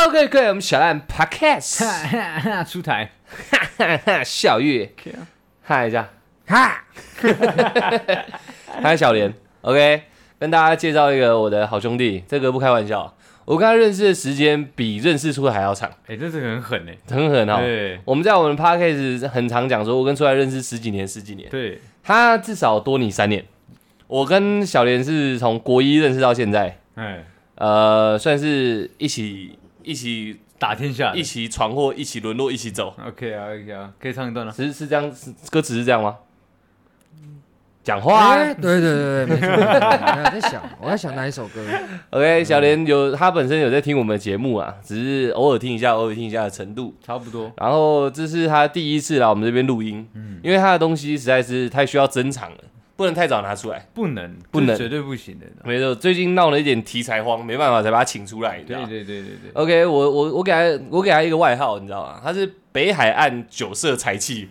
各位，我们小烂 Podcast 出台， 小月，嗨一下，哈，嗨小莲 ，OK， 跟大家介绍一个我的好兄弟，这个不开玩笑，我跟他认识的时间比认识出来还要长， 这是很狠很狠哦。 对， 我们在我们 Podcast 很常讲说，我跟出来认识十几年， 对， 他至少多你3年，我跟小莲是从国一认识到现在，算是一起打天下， 一起闯祸，一起沦落，一起走。 OK 啊，可以唱一段了。 是这样，歌词是这样吗？讲话、啊对，没错。我在想哪一首歌。 OK， 小莲他本身有在听我们的节目啊，只是偶尔听一下的程度， 差不多。 然后这是他第一次来我们这边录音，因为他的东西实在是太需要珍藏了。不能太早拿出来， 不能，绝对不行的。 没错，最近闹了一点题材荒，没办法才把他请出来，你知道吗？ 对。 OK， 我给他一个外号，你知道吗？他是北海岸酒色财气，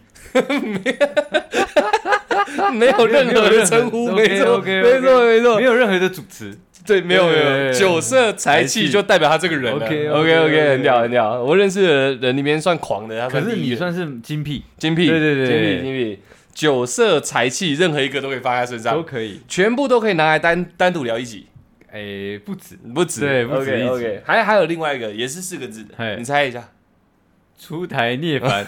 没有任何的称呼，没错， 没有任何的主词， 对，没有酒色财气就代表他这个人了。OK， 很屌。我认识的人里面算狂的， 可是你算是精辟， 对，精辟。酒色财气，任何一个都可以放在身上， 都可以， 全部都可以拿来单独聊一集。 不止， 对， 不止一集。 OK， 还有另外一个也是4个字的，你猜一下。 出台涅槃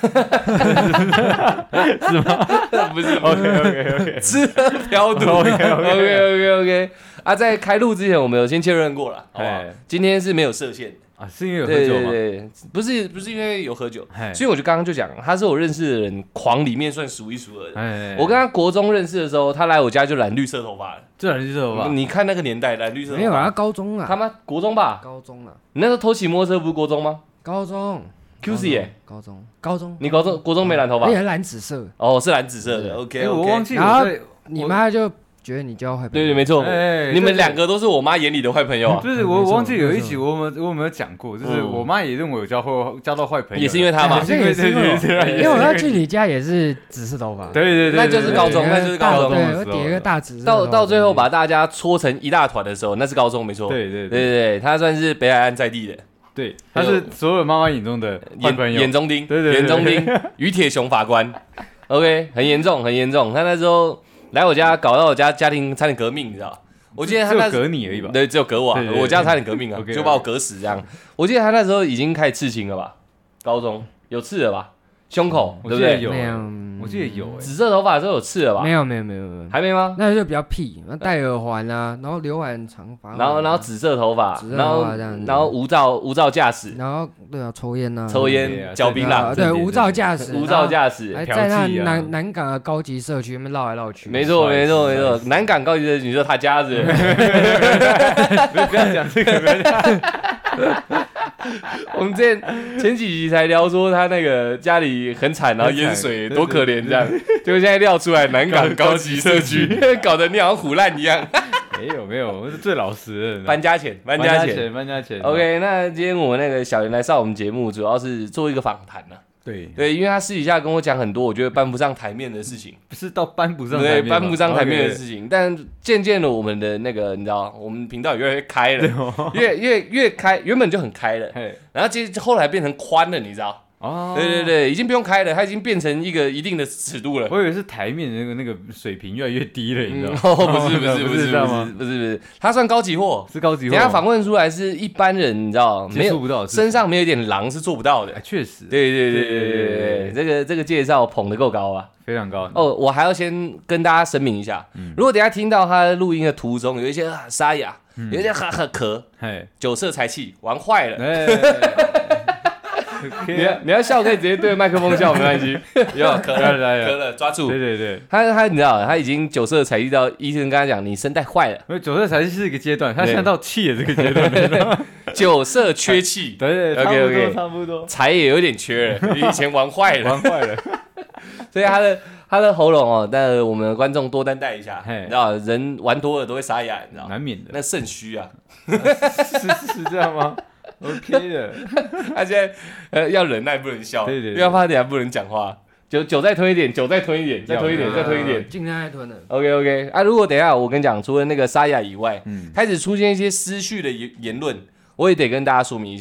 是吗？不是。OK， 吃喝嫖赌。OK。啊，在开录之前，我们有先确认过了，好不好？今天是没有设限。 是因为有喝酒吗？ 对，不是因为有喝酒，所以我就刚刚就讲，他是我认识的人狂里面算数一数二的。我跟他国中认识的时候，他来我家就染绿色头发了。 就染绿色头发？ 你看那个年代染绿色头发。 没有啊，高中啊。 他妈国中吧？ 高中啊。 你那时候偷骑摩托车不是国中吗？ 高中。 QC 耶？ 高中。 你国中没染头发？ 也是蓝紫色。 哦，是蓝紫色的。OK， 我忘记了。 然后你妈就觉得你交坏朋友。 对，没错。你们2个都是我妈眼里的坏朋友啊。 就是我忘记有一集我有没有讲过，就是我妈也认为我交到坏朋友， 也是因为她嘛。 因为我要去你家也是紫色头发。 对， 那就是高中， 对，我叠一个大紫色。 到最后把大家搓成一大团的时候，那是高中没错。 对， 他算是北海岸在地的。 对，他是所有妈妈眼中的坏朋友， 眼中钉， 对， 眼中钉，于铁雄法官。OK， 很严重。他那时候来我家，搞到我家庭差点革命，你知道？我记得他只有革你而已吧？ 对，只有革我，我家差点革命啊，就把我革死这样。我记得他那时候已经开始刺青了吧？高中有刺了吧？胸口对不对？ 我记得有， 紫色头发的时候有刺了吧？ 没有， 还没吗？ 那就比较屁，戴耳环啊，然后刘海很长发， 然后紫色头发，然后无照驾驶， 然后对啊，抽烟嚼槟榔， 对，无照驾驶，还在那南港的高级社区那边绕来绕去。 没错，南港高级社区，你说他家子， 不要讲这个。 我们前几集才聊说他那个家里很惨，然后淹水多可怜这样，结果现在撂出来南港高级社区，搞得你好像唬烂一样。 没有，我是最老实的。 搬家钱。OK， 那今天我们那个小袁来上我们节目，主要是做一个访谈呢。对，因为他私底下跟我讲很多我觉得搬不上台面的事情， 不是到搬不上台面， 对，搬不上台面的事情。但渐渐的，我们的那个你知道，我们频道越来越开了，越开，原本就很开了，然后后来变成宽了，你知道？对，已经不用开了，它已经变成一个一定的尺度了。 我以为是台面的那个水平越来越低了，你知道吗？ 不是，它算高级货， 是高级货。 等下访问出来是一般人，你知道， 接触不到， 身上没有一点狼是做不到的。 确实， 对，这个介绍捧得够高啊， 非常高。 我还要先跟大家声明一下，如果等下听到他录音的途中有一些沙哑，有一些咳，酒色财气玩坏了。你要笑可以直接对着麦克风笑，没关系。有咳了，抓住。 对， 他你知道，他已经酒色财气到医生跟他讲，你声带坏了。 因为酒色财气是一个阶段，他现在到气的这个阶段， 酒色缺气。对 ，OK， 差不多， 财也有点缺了，以前玩坏了。所以他的喉咙哦，但我们的观众多担待一下，你知道，人玩多了都会沙哑，你知道， 难免的。 那肾虚啊， 是这样吗？OK 的， 他现在要忍耐不能笑， 对， 因为怕等下不能讲话。酒再吞一点，再吞一点， 尽量再吞了。 OK 啊，如果等一下我跟你讲，除了那个沙哑以外，开始出现一些失序的言论，我也得跟大家说明一下。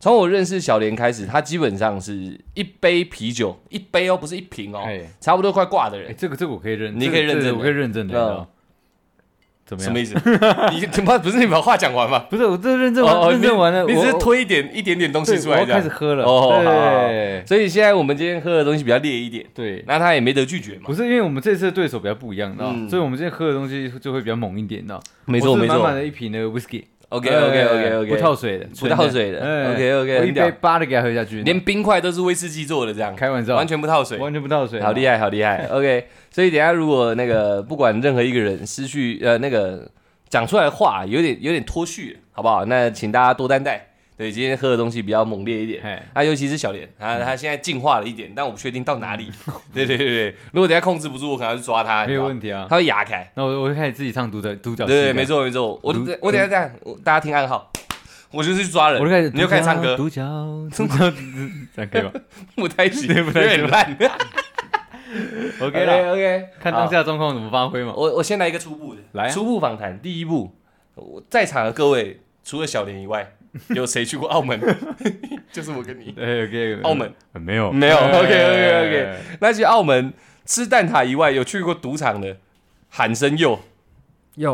从我认识小莲开始，他基本上是一杯啤酒，一杯哦，不是一瓶哦，差不多快挂的人。 这个我可以认， 你可以认证， 我可以认证的。怎么样？ 什么意思？不是你把话讲完吗？ 不是，我这认证完了， 你只是推一点点东西出来， 我开始喝了。 对，所以现在我们今天喝的东西比较烈一点。对，那他也没得拒绝嘛。 不是，因为我们这次的对手比较不一样，所以我们今天喝的东西就会比较猛一点， 没错没错， 满满的一瓶的 whisky。OK， 不套水的 ，OK， 我一杯8的给他喝下去， 连冰块都是威士忌做的，这样开玩笑， 完全不套水， 好厉害。OK， 所以等一下如果那个不管任何一个人失去那个讲出来的话有点脱序，好不好？那请大家多担待。对，今天喝的东西比较猛烈一点，尤其是小莲，他现在进化了一点，但我不确定到哪里。对，如果等一下控制不住，我可能要去抓他， 没有问题啊， 他会牙开。 那我会开始自己唱独角戏。 对，没错，我等一下这样，大家听暗号，我就是去抓人，你就开始唱歌， 独角，这样可以吗？ 不太行，有点烂。OK， 看当下状况怎么发挥嘛。 我先来一个初步的，来初步访谈。第一步，在场的各位除了小莲以外，有谁去过澳门？就是我跟你。 OK， 澳门没有。 OK。那去澳门吃蛋挞以外，有去过赌场的喊声有。不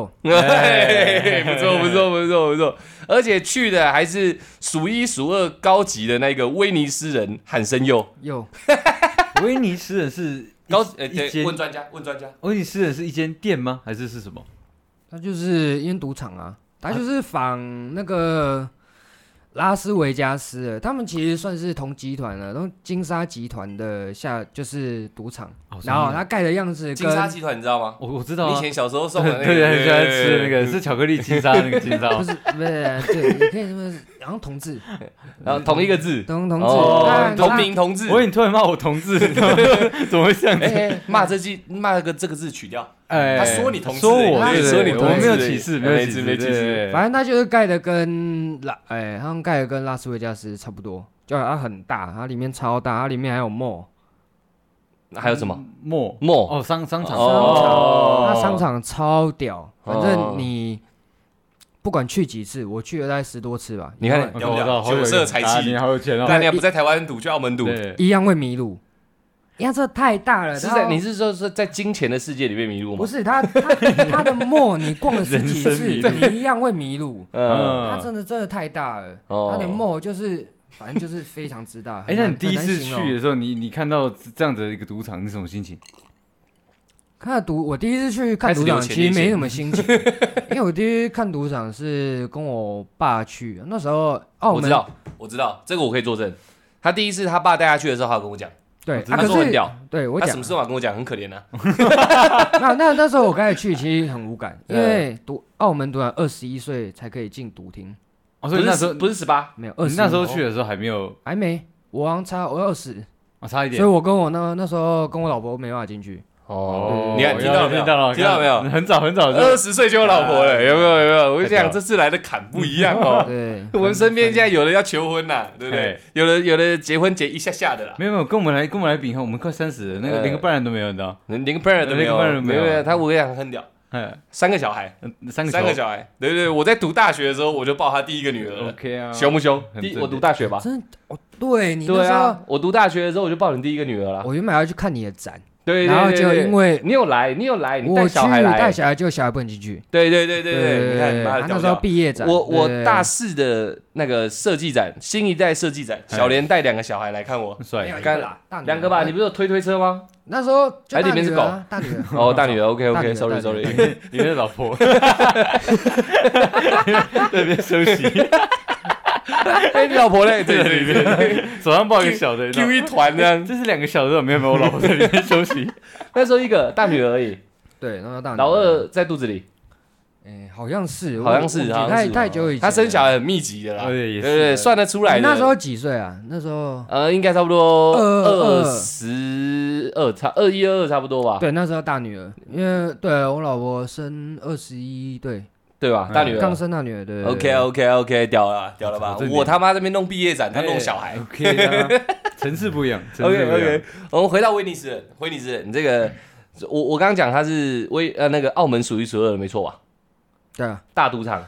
错。而且去的还是数一数二高级的那个威尼斯人喊声有。 威尼斯人是问专家。 威尼斯人是一间店吗？还是什么？ 他就是一间赌场啊，他就是仿那个拉斯维加斯的，他们其实算是同集团的，然后金沙集团的就是赌场，然后他盖的样子跟金沙集团你知道吗？ 我知道， 你以前小时候送的那个， 对，很喜欢吃那个是巧克力金沙那个金沙， 不是，对，你可以说然后同志， 然后同一个字， 同名同志。 我以为你突然骂我同志，怎么会这样子？ 骂这个字取掉。他说你同志， 说我没有歧视，没歧视。 反正他就是盖的跟他们盖的跟拉斯维加斯差不多，就它很大，它里面超大，它里面还有 mall， 还有什么 mall？ 商场， 它商场超屌，反正你不管去几次，我去了大概10多次吧。 你看酒色财气， 你好有钱哦！ 但你不在台湾赌，去澳门赌， 一样会迷路。这太大了。 你是说在金钱的世界里面迷路吗？ 不是，它的mall你逛了10几次，你一样会迷路。它真的太大了。它的mall反正就是非常之大。 那你第一次去的时候，你看到这样的一个赌场，你是什么心情？ 我第一次去看赌场，其实没什么心情，因为我第一次看赌场是跟我爸去，那时候澳门。 我知道，这个我可以作证。他第一次他爸带他去的时候，他有跟我讲。 对， 他说很屌， 对我讲， 他什么时候跟我讲很可怜啊？ 那时候我刚才去，其实很无感，因为澳门赌场21岁才可以进赌厅， 所以那时候不是18， 没有20。 你那时候去的时候还没， 我好像我20， 差一点， 所以我跟我那时候跟我老婆没办法进去。 你看听到没有？ 很早 20岁就有老婆了，有没有？我就讲这次来的坎不一样哦。 对， 我们身边现在有的要求婚啦，对不对？有的结婚结一下的啦。 没有，跟我们来比，我们快30了，那个连个伴人都没有，你知道？ 连个伴人都没有，没有。他我跟你讲很屌，3个小孩，3个小孩，对，我在读大学的时候我就抱他第一个女儿了。 OK 啊， 凶不凶？我读大学吧。 真对，你那时候我读大学的时候我就抱你第一个女儿了。 我原本要去看你的展。 对， 然后就因为你有来，你带小孩来， 带小孩就小孩不能进去。 对，你看， 那时候毕业展， 我大4的那个设计展，新一代设计展，小莲带2个小孩来看我， 帅 ，2个吧？你不是有推车吗？ 那时候还里面是狗， 大女儿。 哦，大女儿 ，OK，sorry， 里面是老婆，那边休息。 你老婆嘞？对里面手上抱一个小的 ，Q 一团这样。 这是2个小的，没有，我老婆在里面休息。 那时候1个大女儿而已。 对，那时候大女儿。 老2在肚子里。 好像是，太久以前。 他生小孩很密集的啦，对，算得出来的。 那时候几岁啊？那时候应该差不多22，差2122差不多吧。 对，那时候大女儿，因为对我老婆生21， 对吧？大女儿刚生大女儿，对。 OK，屌了吧？我他妈这边弄毕业展，他弄小孩。 OK， 层次不一样。 OK， 我们回到威尼斯人，你这个，我刚刚讲他是那个澳门数一数二的，没错吧？ 对啊， 大赌场，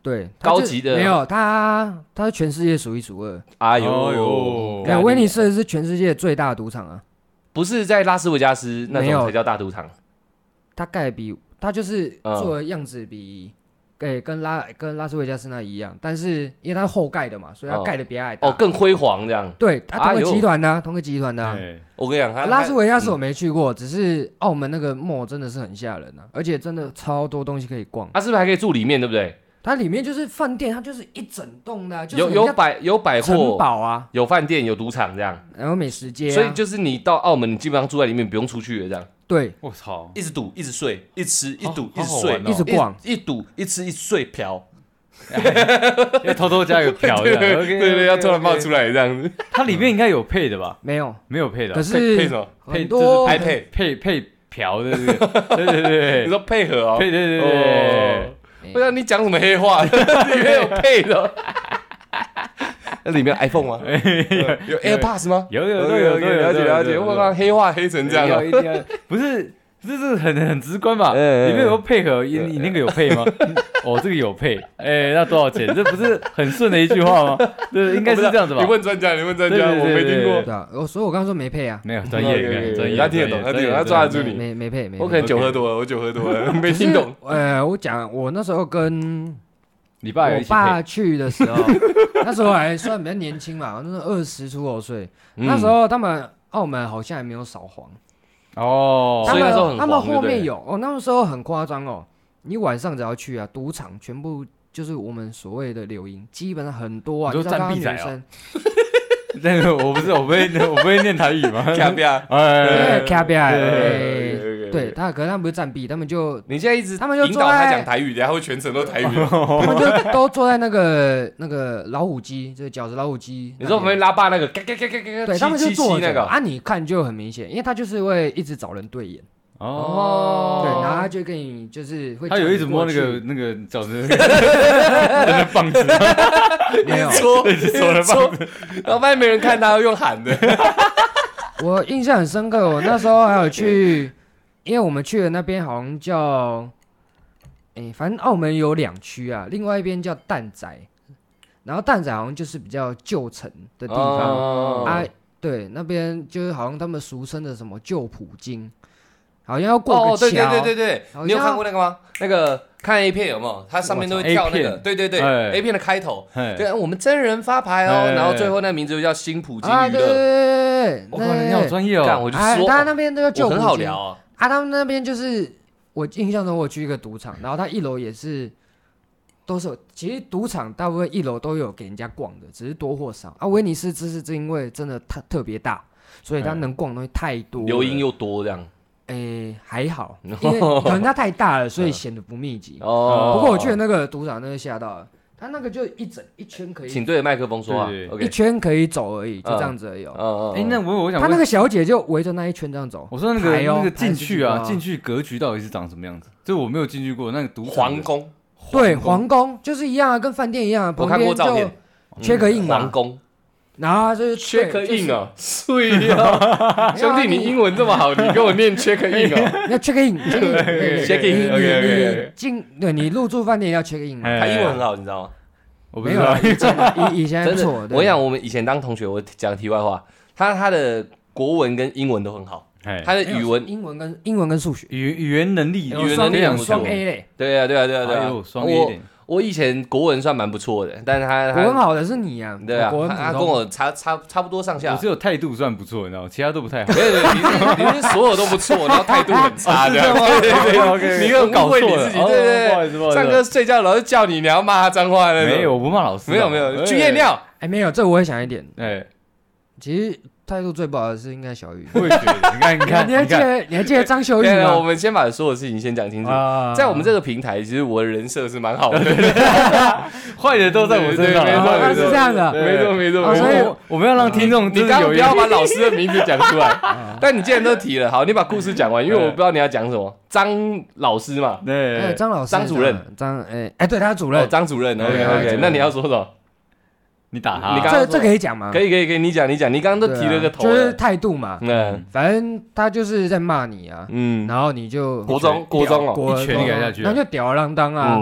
对， 高级的没有，他是全世界数一数二。 哎呦， 威尼斯是全世界最大的赌场啊， 不是在拉斯维加斯那种才叫大赌场。 他盖比他就是做的样子比。跟拉斯维加斯那一样，但是因为它是后盖的嘛，所以它盖的比它大。 更辉煌这样。 对，同个集团的，同个集团的。 我跟你讲， 拉斯维加斯我没去过，只是澳门那个 mall 真的是很吓人啊，而且真的超多东西可以逛。 它是不是还可以住里面，对不对？ 它里面就是饭店，它就是一整栋的， 有百货、 城堡啊， 有饭店、有赌场这样， 然后美食街。 所以就是你到澳门，你基本上住在里面，不用出去了这样。 对， 我操， 一直赌，一直睡，一吃，一赌，一直睡， 一直逛， 一赌，一吃，一睡，嫖。 要偷偷加一个嫖的， 对，要突然冒出来这样子。 它里面应该有配的吧？ 没有配的。 可是配什么？ 很多配嫖的，对。 你说配合哦？ 对。 不知道你讲什么黑话？里面有配的。那里面有 iPhone 吗？有 AirPods 吗？ 有， 了解。我刚黑话黑成这样， 不是。这是很直观吧？里面有配合，你那个有配吗？这个有配，那多少钱？这不是很顺的一句话吗？对，应该是这样子吧？ 你问专家，我没听过。 对啊，所以我刚刚说没配啊。 没有专业， 他听得懂，他抓得住你。 没配。 我可能酒喝多了，没听懂。 我讲，我那时候跟我爸去的时候，那时候还算比较年轻嘛，那时候20出头岁。那时候他们澳门好像还没有扫黄。 所以那时候很他们后面有那时候很夸张哦。你晚上只要去啊，赌场全部就是我们所谓的流音，基本上很多啊， 都占币仔啊。 那个我不会念台语吗？ 卡比亚， 卡比亚，对，可是他们不是占币，他们就你现在一直他们就引导他讲台语，然后会全程都台语， 他们就都坐在那个老虎机，就是饺子老虎机。 你说我们拉霸那个， 对，他们就坐那个啊，你看就很明显，因为他就是会一直找人对眼。对，然后他就跟你就是会， 他有一直摸那个饺子那个棒子， 没有搓的棒子， 然后发现没人看他，用喊的。 我印象很深刻，我那时候还有去，因为我们去的那边好像叫，反正澳门有2区啊，另外一边叫蛋仔，然后蛋仔好像就是比较旧城的地方啊，对，那边就是好像他们俗称的什么旧普京。好像要过个桥， 对，你有看过那个吗？那个看 A 片有没有？它上面都会跳那个，对 A 片的开头，对，我们真人发牌哦，然后最后那名字就叫新普京娱乐。 对， 哇，你好专业哦！ 我就说， 他那边都叫旧普京， 很好聊啊。 他们那边就是我印象中我去一个赌场，然后他1楼也是都是，其实赌场大部分1楼都有给人家逛的，只是多或少啊。威尼斯是因为真的特别大，所以他能逛的东西太多， 流音又多这样。 还好，因为可能它太大了，所以显得不密集。不过我去的那个赌场，那个吓到了，它那个就一圈可以， 请对着麦克风说话， 一圈可以走而已，就这样子而已。 那我想， 他那个小姐就围着那一圈这样走。 我说那个进去啊，进去格局到底是长什么样子？就我没有进去过那个赌场。 皇宫， 对，皇宫就是一样啊，跟饭店一样。 我看过照片， 缺个印嘛。 皇宫。 然后就是 check in 哦，所以哦，兄弟你英文这么好，你跟我念 check in 哦， 要 check in，check in，对你入住饭店要 check in， 他英文很好，你知道吗？ 我不知道， 以前不错。 我想我们以前当同学，我讲题外话，他的国文跟英文都很好，他的语文、 英文跟数学， 语言能力双 A 嘞， 对啊， 双 A 点。 我以前国文算蛮不错的，但是他国文好的是你啊， 对啊，他跟我差不多上下。 我只有态度算不错，你知道吗？其他都不太好。 你是所有都不错，然后态度很差，这样。 对， 你很误会你自己，对。上课睡觉老师叫你要骂他脏话那种。 没有，我不骂老师。 没有，去验尿。 没有，这我会想一点。其实态度最不好的是应该小雨。 我也觉得，你看， 你还记得张秀玉吗？ 我们先把所有事情先讲清楚。在我们这个平台，其实我的人设是蛮好的， 坏的都在我身上。 是这样的， 没错。 所以我们要让听众， 你刚刚不要把老师的名字讲出来。但你既然都提了，好，你把故事讲完，因为我不知道你要讲什么。张老师嘛， 对，张老师， 张主任， 对，他主任， 张主任。OK， 那你要说什么？ 你打他， 这可以讲吗？ 可以，你讲。你刚刚都提了个头， 就是态度嘛。反正他就是在骂你啊。然后你就国中哦， 一拳给下去， 然后就吊儿郎当啊。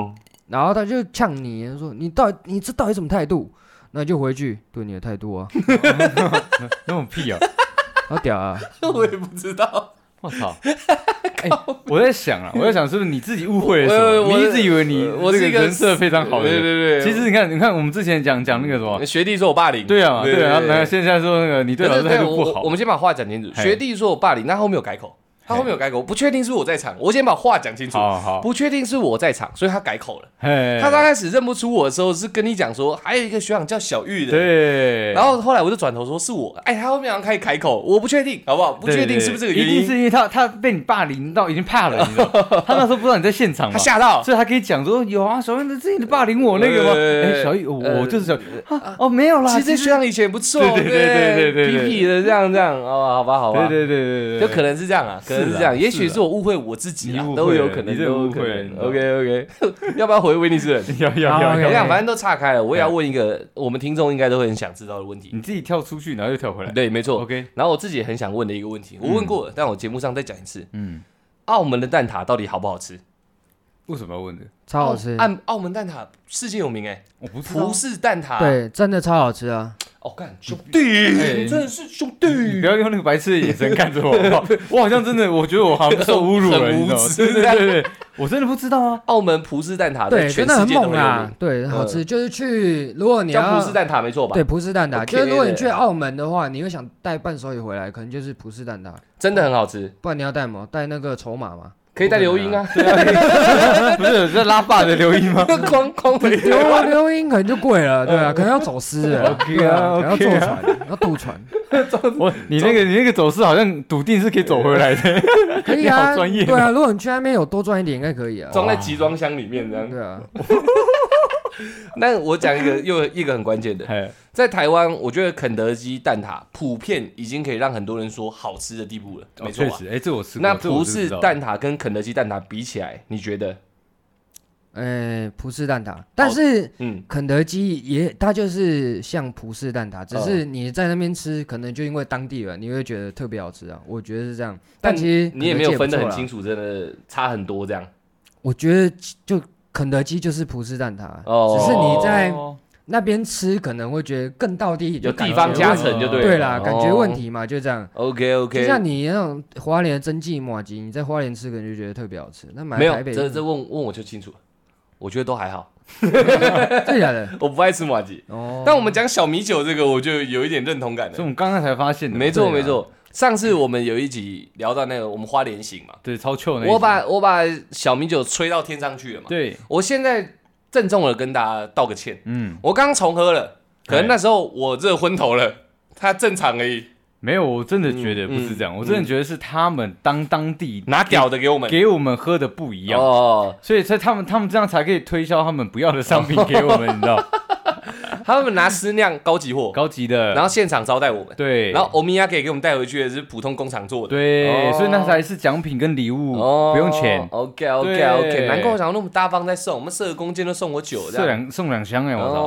然后他就呛你说你这到底什么态度？那就回去对你的态度啊， 那种屁啊， 好屌啊！ 我也不知道。 我操！我在想是不是你自己误会了什么？你一直以为你这个人设非常好的， 对。 其实你看，我们之前讲那个什么学弟说我霸凌， 对啊，那现在说那个你对老师态度不好， 我们先把话讲清楚。学弟说我霸凌，那后面有改口。他后面有改口，不确定是我在场，我先把话讲清楚。 好， 不确定是我在场，所以他改口了。他刚开始认不出我的时候，是跟你讲说还有一个学长叫小玉的。 对。 然后后来我就转头说是我，他后面好像开始改口，我不确定，好不好？不确定是不是这个原因？ 一定是因为他被你霸凌到已经怕了，你知道？他那时候不知道你在现场嘛， 他吓到， 所以他可以讲说有啊，小玉的之前霸凌我那个吗？小玉，我就是小玉。没有啦， 其实学长以前不错， 对， 痞痞的这样哦，好吧， 对， 就可能是这样啊，可能是这样，也许是我误会我自己啊，都有可能，都有可能。OK， 要不要回威尼斯人？ 要， 我想反正都岔开了，我也要问一个我们听众应该都会很想知道的问题。 你自己跳出去，然后又跳回来。 对，没错。 OK， 然后我自己也很想问的一个问题，我问过了，但我节目上再讲一次。澳门的蛋挞到底好不好吃？ 为什么要问的？ 超好吃。 澳门蛋挞世界有名我不知道。 葡式蛋挞， 对，真的超好吃啊！ 干兄弟，真的是兄弟！ 你不要用那个白痴的眼神看着我，我好像真的，我觉得我好像受侮辱了， 很无知。 对，我真的不知道啊。 澳门葡式蛋挞对， 全真的很世界都有猛啊！ 名， 对，好吃。就是去，如果你要叫葡式蛋挞没错吧？ 对，葡式蛋挞。就是如果你去澳门的话，你会想带伴手礼回来，可能就是葡式蛋挞， 真的很好吃。 不然你要带什么？带那个筹码吗？ 可以带流音啊， 对啊，不是这拉霸的流音吗？ 光流音可能就贵了，对啊，可能要走私了， 对啊， 要坐船，要渡船。 你那个走私好像笃定是可以走回来的， 可以啊， 好专业。 对啊，如果你去那边有多赚一点，应该可以啊， 装在集装箱里面这样。 对啊。 那我讲一个很关键的，在台湾，我觉得肯德基蛋挞普遍已经可以让很多人说好吃的地步了，没错吧？ 确实，这我吃过。 那葡式蛋挞跟肯德基蛋挞比起来，你觉得？ 葡式蛋挞，但是肯德基它就是像葡式蛋挞，只是你在那边吃，可能就因为当地人，你会觉得特别好吃啊。我觉得是这样，但其实你也没有分得很清楚，真的差很多这样。 我觉得就肯德基就是葡式蛋挞，只是你在那边吃可能会觉得更道地， 有地方加成就对了。 对啦，感觉问题嘛，就这样。 OK， 就像你那种花莲的蒸汽麻糬，你在花莲吃可能就觉得特别好吃，那买台北这问我就清楚了，我觉得都还好。 真的假的？ 我不爱吃麻糬，但我们讲小米酒这个，我就有一点认同感了。 所以我们刚刚才发现的， 没错。上次我们有一集聊到那个我们花莲行嘛， 对，超臭那一集。 我把小米酒吹到天上去了嘛。 对， 我现在郑重的跟大家道个歉。我刚重喝了，可能那时候我热昏头了，他正常而已。 没有，我真的觉得不是这样，我真的觉得是他们当地拿屌的给我们喝的不一样哦，所以他们这样才可以推销他们不要的商品给我们，你知道。 他们拿私酿高级货， 高级的， 然后现场招待我们。 对， 然后欧米亚给我们带回去的是普通工厂做的。 对，所以那才是奖品跟礼物，不用钱。 OK， 难怪我想那么大方在送，我们社工今天都送我酒， 送两箱哎，我操。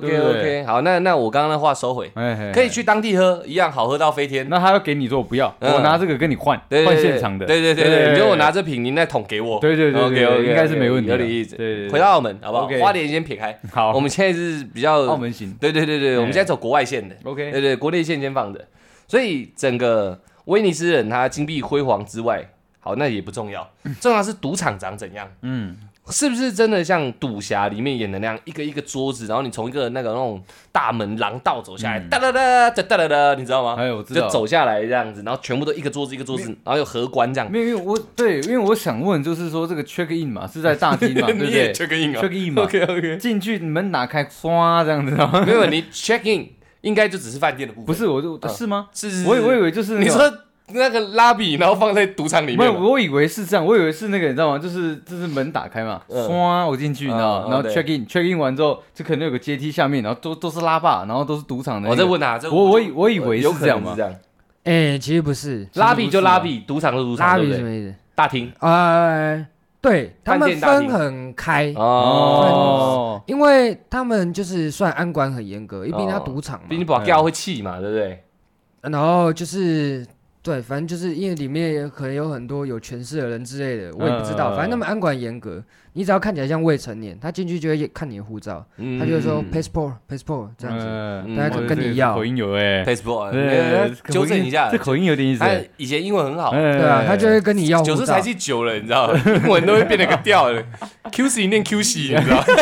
OK， 好，那我刚刚的话收回，可以去当地喝，一样好喝到飞天。 那他要给你说我不要，我拿这个跟你换现场的。 对，你就我拿这瓶，你那桶给我。 对 OK， 应该是没问题， 有理意思。 对， 回到澳门好不好？花莲先撇开， 好， 我们现在是比较澳门行。 对，我们现在走国外线的。 OK， 对，国内线先放的。所以整个威尼斯人他金碧辉煌之外，好，那也不重要，重要是赌场长怎样。是不是真的像赌侠里面演的那样，一个一个桌子，然后你从一个那种大门廊道走下来，哒哒哒，你知道吗？ 我知道， 就走下来这样子，然后全部都一个桌子一个桌子，然后有荷官这样。 没有，因为我想问，就是说这个 check in 嘛，是在大厅嘛，对不对 ？check in 嘛 ，OK， 进去门打开，唰这样子， 没有，你 check in 应该就只是饭店的部分。 不是，是吗？ 是， 我以为就是你说。那个拉比，然后放在赌场里面。没有， 我以为是这样，我以为是那个，你知道吗？就是门打开嘛，唰，我进去，你知道，然后 check in 完之后，就可能有个阶梯下面，然后都是拉霸，然后都是赌场的。 我在问他， 我以为是这样嘛？ 其实不是， 拉比就拉比，赌场就赌场， 拉比什么意思？ 大厅。 对，他们分很开哦，因为他们就是算安管很严格，毕竟他赌场嘛， 毕竟把掉会气嘛，对不对？ 然后就是对，反正就是因为里面可能有很多有权势的人之类的，我也不知道。反正他们安管严格，你只要看起来像未成年，他进去就会看你的护照，他就会说 passport 这样子，大家跟你要。 口音有 passport， 纠正一下， 这口音有点意思。 他以前英文很好， 对啊，他就会跟你要护照。 90才气久了，你知道吗？英文都会变得个调了 ，QC 念 QC， 你知道。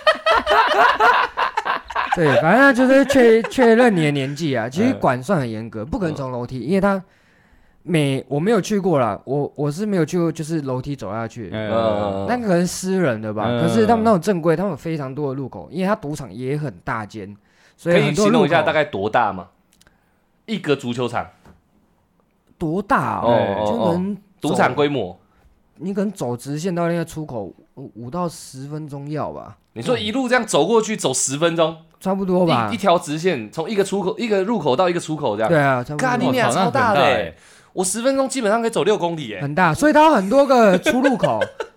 对，反正他就是确认你的年纪啊。其实管算很严格，不可能从楼梯，因为他我没有去过啦，我是没有去过，就是楼梯走下去，那可能私人的吧。可是他们那种正规，他们有非常多的路口，因为他赌场也很大间，所以很多路口。可以形容一下大概多大吗？一个足球场多大哦？就能赌场规模， 你可能走直线到那个出口5到10分钟要吧？ 你说一路这样走过去，走10分钟？ 差不多吧， 一条直线从一个入口到一个出口这样。 对啊，差不多。 咖喱面超大的，我10分钟基本上可以走6公里耶， 很大，所以它有很多个出入口。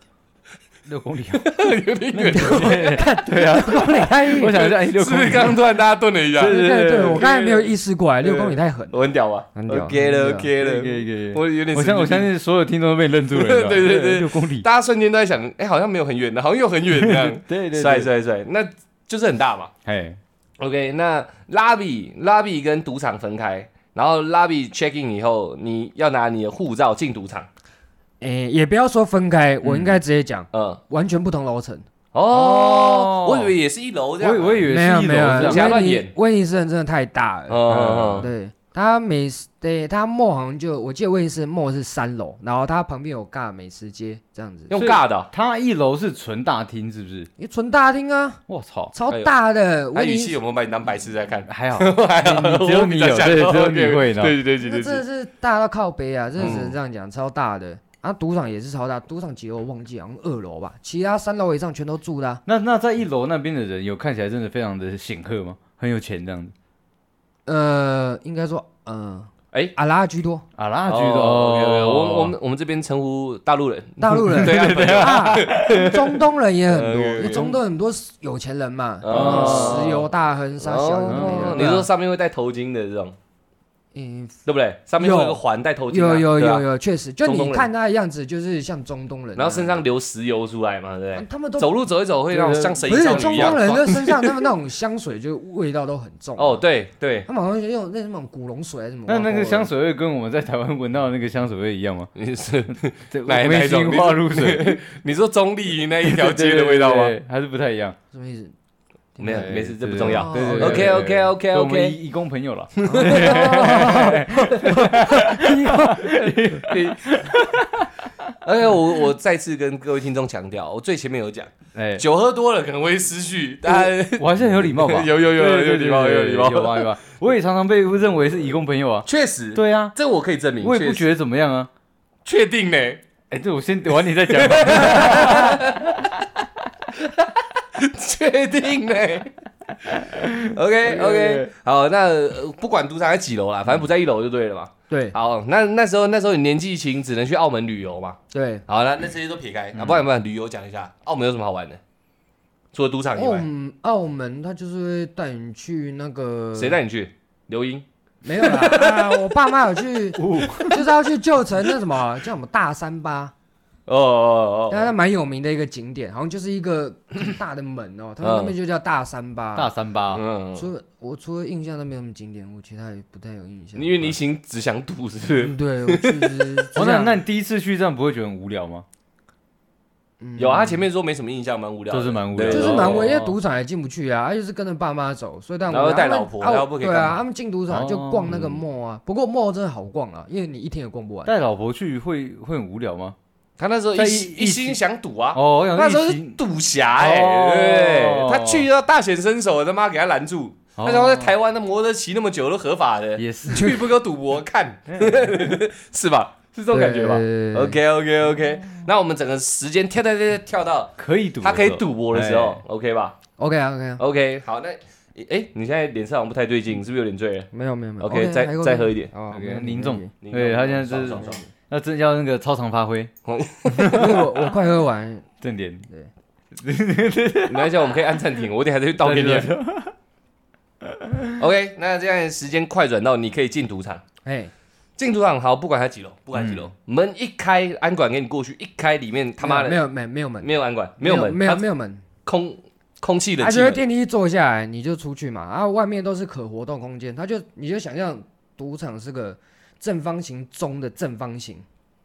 6公里有点远。 对啊 ，6公里太远。 我想一下，6公里。 是刚刚突然大家顿了一下。 对，我刚才没有意识过来，6公里太狠。 我很屌吧？ 很屌。 OK 了。我有点， 我相信所有听众都被你认住了。 对 ，6公里， 大家瞬间都在想，好像没有很远的，好像又很远这样。 对， 帅，那就是很大嘛。 哎 ，OK， 那lobby 跟赌场分开，然后 lobby check in 以后，你要拿你的护照进赌场。 也不要说分开，我应该直接讲，完全不同楼层。 哦，我以为也是1楼这样， 我以为是1楼， 没有， 瞎乱演。 威尼斯人真的太大了，对。他他末好像我记得威尼斯末是3楼，然后他旁边有尬美食街这样子， 用尬的。 他1楼是纯大厅是不是？ 纯大厅啊！ 我操， 超大的。 他语气有没有把你当白痴在看？ 还好，只有你有，对，只有你会呢。 对。 真的是大到靠背啊，真的只能这样讲，超大的。啊，赌场也是超大，赌场几楼我忘记，好像2楼吧，其他3楼以上全都住的。 那在1楼那边的人有看起来真的非常的显赫吗？很有钱这样子？ 应该说，阿拉居多， 我们这边称呼大陆人， 对啊，中东人也很多，因为中东很多有钱人嘛，石油大亨、啥小的那你说上面会戴头巾的这种？对不对？上面有一个环戴头巾， 有，确实，就你看他的样子，就是像中东人， 然后身上流石油出来嘛，对不对？ 他们都走路走一走会让像神医少女一样。 不是中东人的身上，他们那种香水就味道都很重。 哦，对， 他们好像用那种古龙水还是什么。 那个香水味跟我们在台湾闻到的那个香水味一样吗？ 你是哪一种花露水？ 你说中立那一条街的味道吗？ 还是不太一样？ 什么意思？ 没事，这不重要。 对 OK， 我们义工朋友了。 而且我再次跟各位听众强调，我最前面有讲，酒喝多了可能会失序，但我还是很有礼貌吧？ 有礼貌， 有吧？我也常常被认为是义工朋友啊。 确实， 对啊， 这我可以证明。 我也不觉得怎么样啊。 确定呢？ 这我先晚点再讲。 确定呢 ？OK， 好，那不管赌场在几楼啦，反正不在1楼就对了嘛。 对， 好，那时候你年纪轻，只能去澳门旅游嘛。 对， 好，那这些都撇开，不然旅游讲一下，澳门有什么好玩的？除了赌场以外， 澳门他就是会带你去那个， 谁带你去？刘英。 没有啦，我爸妈有去，就是要去旧城那什么叫什么大三巴。它蛮有名的一个景点，好像就是一个很大的门哦，他们那边就叫大三巴。 大三巴， 除了印象都没有什么景点，我其他也不太有印象。 因为你只想赌，是不是？ 对，我就是那你第一次去这样不会觉得很无聊吗？ 有啊，他前面说没什么印象，蛮无聊， 就是蛮无聊， 就是蛮无聊，因为赌场也进不去啊，就是跟着爸妈走，所以然后带老婆，然后不可以。 对啊，他们进赌场就逛那个 mall 啊，不过 mall 真的好逛啊，因为你一天也逛不完。 带老婆去会很无聊吗？ 他那时候一心想赌啊， 那时候是赌侠对，他去要大显身手，他妈给他拦住。那时候在台湾的摩托车骑那么久都合法的， 也是去不给我赌博看，是吧？是这种感觉吧 ？OK， 那我们整个时间跳到可以赌， 他可以赌博的时候 ，OK 吧 ？OK， 好，那你现在脸色好像不太对劲，是不是有点醉了？ 没有 ，OK， 再喝一点凝重。对他现在是那真要那个超常发挥， 我快喝完， 正点对， 没关系，我们可以按暂停，我等下再去倒给你。OK， 那这样时间快转到你可以进赌场。 进赌场好，不管它几楼，门一开，安管给你过去，一开里面他妈的没有门， 没有安管，没有门， 没有门， 空气冷气。 就是电梯坐下来你就出去嘛，然后外面都是可活动空间，你就想象赌场是个正方形中的正方形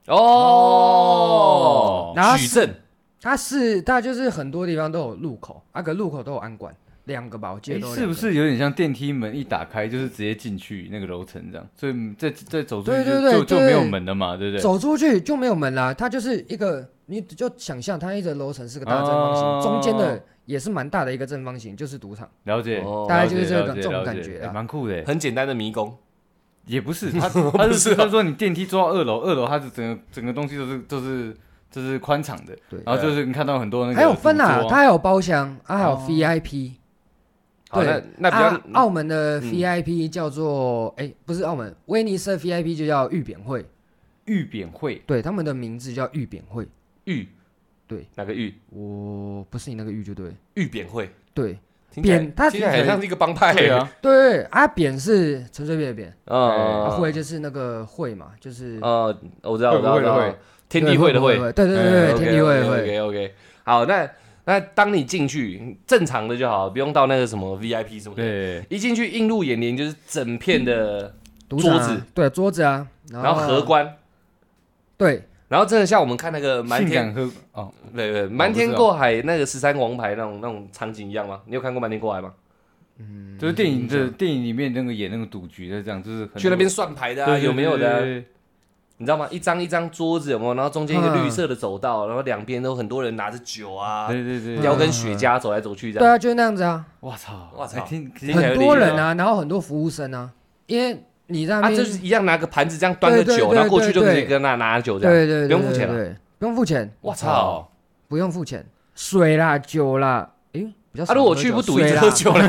哦， 然后矩阵， 它就是很多地方都有入口，个入口都有安管。2个吧，我记得都有2个。 是不是有点像电梯门一打开就是直接进去那个楼层这样？所以再走出去就没有门了嘛，对不对？ 走出去就没有门啦，它就是一个，你就想象它一个楼层是个大正方形，中间的也是蛮大的一个正方形，就是赌场。 了解， 大概就是这种感觉啊， 蛮酷的， 很简单的迷宫。 也不是，他是说你电梯坐到2楼，2楼它是整个东西都是宽敞的，对，然后就是你看到很多那个还有分啊，它还有包厢，还有 VIP。对， 那比较澳门的 VIP 叫做不是澳门，威尼斯的 VIP 就叫玉扁会。 玉扁会， 对，他们的名字叫玉扁会。对， 哪个玉？ 我不是你那个玉就对。 玉扁会， 对，扁它听起来很像是一个帮派。 对啊， 对啊，扁是陈水扁的扁，会就是那个会嘛，就是我知道，天地会的会， 对，天地会的会。 OK， 好，那当你进去正常的就好，不用到那个什么 VIP 什么的。对，一进去映入眼帘就是整片的桌子， 对，桌子啊， 然后荷官， 对， 然后真的像我们看那个瞒天对， 瞒天过海那个13王牌那种场景一样吗？你有看过瞒天过海吗？ 就是电影里面那个演那个赌局的这样，就是去那边算牌的啊，有没有的？你知道吗？一张桌子有没有？然后中间一个绿色的走道，然后两边都很多人拿着酒啊， 对， 叼根雪茄走来走去这样。 对啊，就是那样子啊。 我操， 很多人啊，然后很多服务生啊，因为你在那边就是一样拿个盘子这样端个酒，然后过去就可以跟他拿酒这样， 对， 不用付钱了， 不用付钱。 我操， 不用付钱，水啦酒啦，比较少。 如果我去不赌一直喝酒嘞？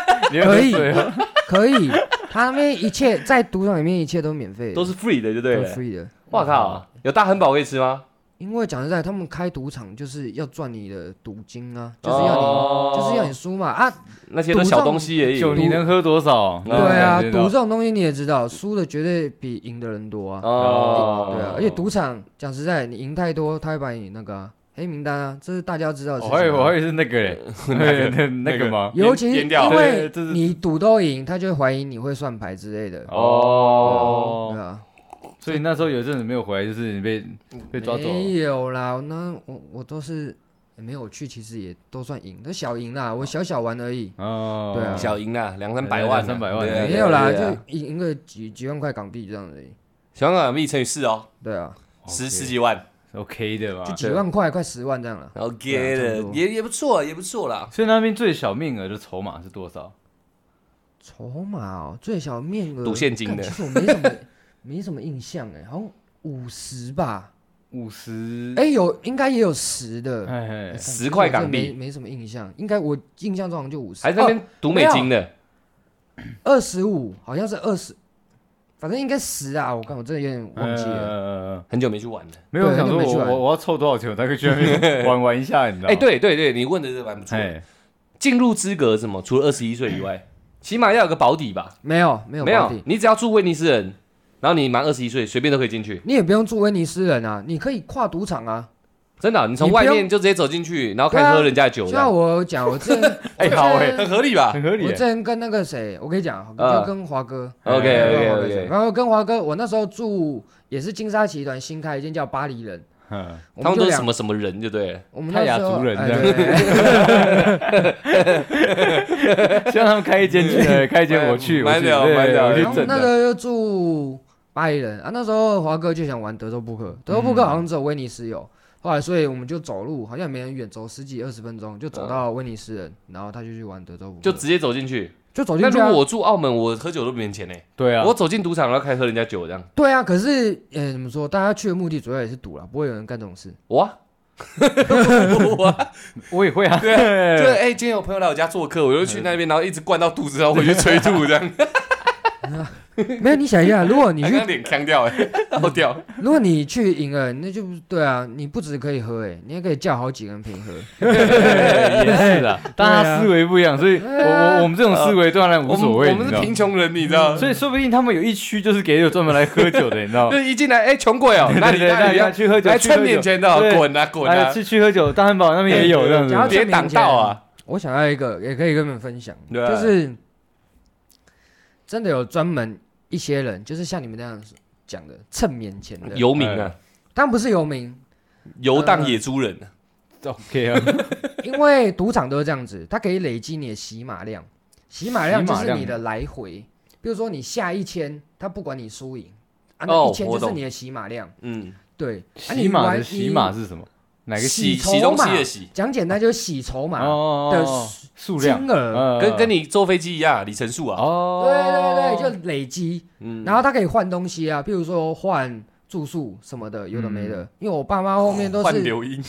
可以，他那边一切在赌场里面一切都免费， 都是 free 的，就对了。 free 的。 哇靠，有大汉堡可以吃吗？ 因为讲实在，他们开赌场就是要赚你的赌金啊，就是要你输嘛啊。 那些都小东西而已， 酒你能喝多少？ 对啊，赌这种东西你也知道，输的绝对比赢的人多啊。对啊，而且赌场讲实在，你赢太多，他会把你那个黑名单啊，这是大家知道的事情。 我还以为是那个那个吗？ 尤其因为你赌都赢，他就会怀疑你会算牌之类的。对啊。 所以那时候有阵子没有回来，就是你被抓走。 没有啦，那我都是没有去，其实也都算赢，都小赢啦，我小玩而已。对啊， 小赢啦，200-300万 ，300万没有啦，就赢个几万块港币这样而已。 几万块港币乘以4哦。 对啊 ，10几万 ，OK 的嘛， 就几万块，快10万这样了。 OK 的，也不错，也不错啦。 所以那边最小面额的筹码是多少？ 筹码最小面额赌现金的， 其实我没什么印象好像50吧 ，50， 应该也有10的 ，10块港币， 没什么印象，应该我印象中好像就50， 还在那边赌美金的 ，25好像是20，反正应该10啊，我看我真的有点忘记了， 很久没去玩了， 没有想说我要凑多少钱，我才可以去那边玩一下，你知道吗？ 对，你问的是蛮不错的，进入资格什么？除了21岁以外，起码要有个保底吧？ 没有保底， 你只要住威尼斯人。然后你满21岁，随便都可以进去。 你也不用住威尼斯人啊，你可以跨赌场啊。 真的，你从外面就直接走进去，然后开始喝人家的酒。 像我讲，我之前很合理吧？ 很合理。 我之前跟那个谁，我跟你讲，就跟华哥。 OK。 然后跟华哥，我那时候住也是金沙集团新开一间叫巴黎人。 他们都是什么人就对了， 我们泰雅族人这样。希望他们开一间去，开一间我去， 买掉。 那个就住巴黎人啊，那时候华哥就想玩德州扑克，德州扑克好像只有威尼斯有，后来所以我们就走路，好像没很远，走10几20分钟就走到威尼斯人，然后他就去玩德州扑克， 就直接走进去。 那如果我住澳门，我喝酒都免钱嘞。 对啊， 我走进赌场然后开始喝人家酒这样。 对啊，可是怎么说？大家去的目的主要也是赌啦，不会有人干这种事。 我也会啊。 对，就今天有朋友来我家做客，我就去那边，然后一直灌到肚子，然后回去催吐这样。 没有，你想一下，如果你去脸呛掉好掉。 如果你去赢了，那就对啊，你不只可以喝你还可以叫好几个人陪你喝。 也是啦，但他思维不一样，所以我们这种思维对他来无所谓。 我们是贫穷人，你知道， 所以说不定他们有一区就是给有专门来喝酒的，你知道吗？ 就一进来，穷鬼哦，那你要去喝酒， 来蹭面前的，滚啊滚啊！ 去喝酒，大汉堡那边也有这样子， 别挡道啊！ 我想要一个，也可以跟你们分享，就是真的有专门一些人，就是像你们那样讲的蹭面前的游民啊， 当然不是游民， 游荡野猪人。 OK 啊， 因为赌场都是这样子，它可以累积你的洗码量，洗码量就是你的来回。比如说你下1000，他不管你输赢，那1000就是你的洗码量。对。 洗码的洗码是什么？哪个洗东西的洗？ 讲简单就是洗筹码的数量金额， 跟你坐飞机一样，里程数啊。 对，就累积。然后它可以换东西啊，比如说换住宿什么的，有的没的。因为我爸妈后面都是换流音。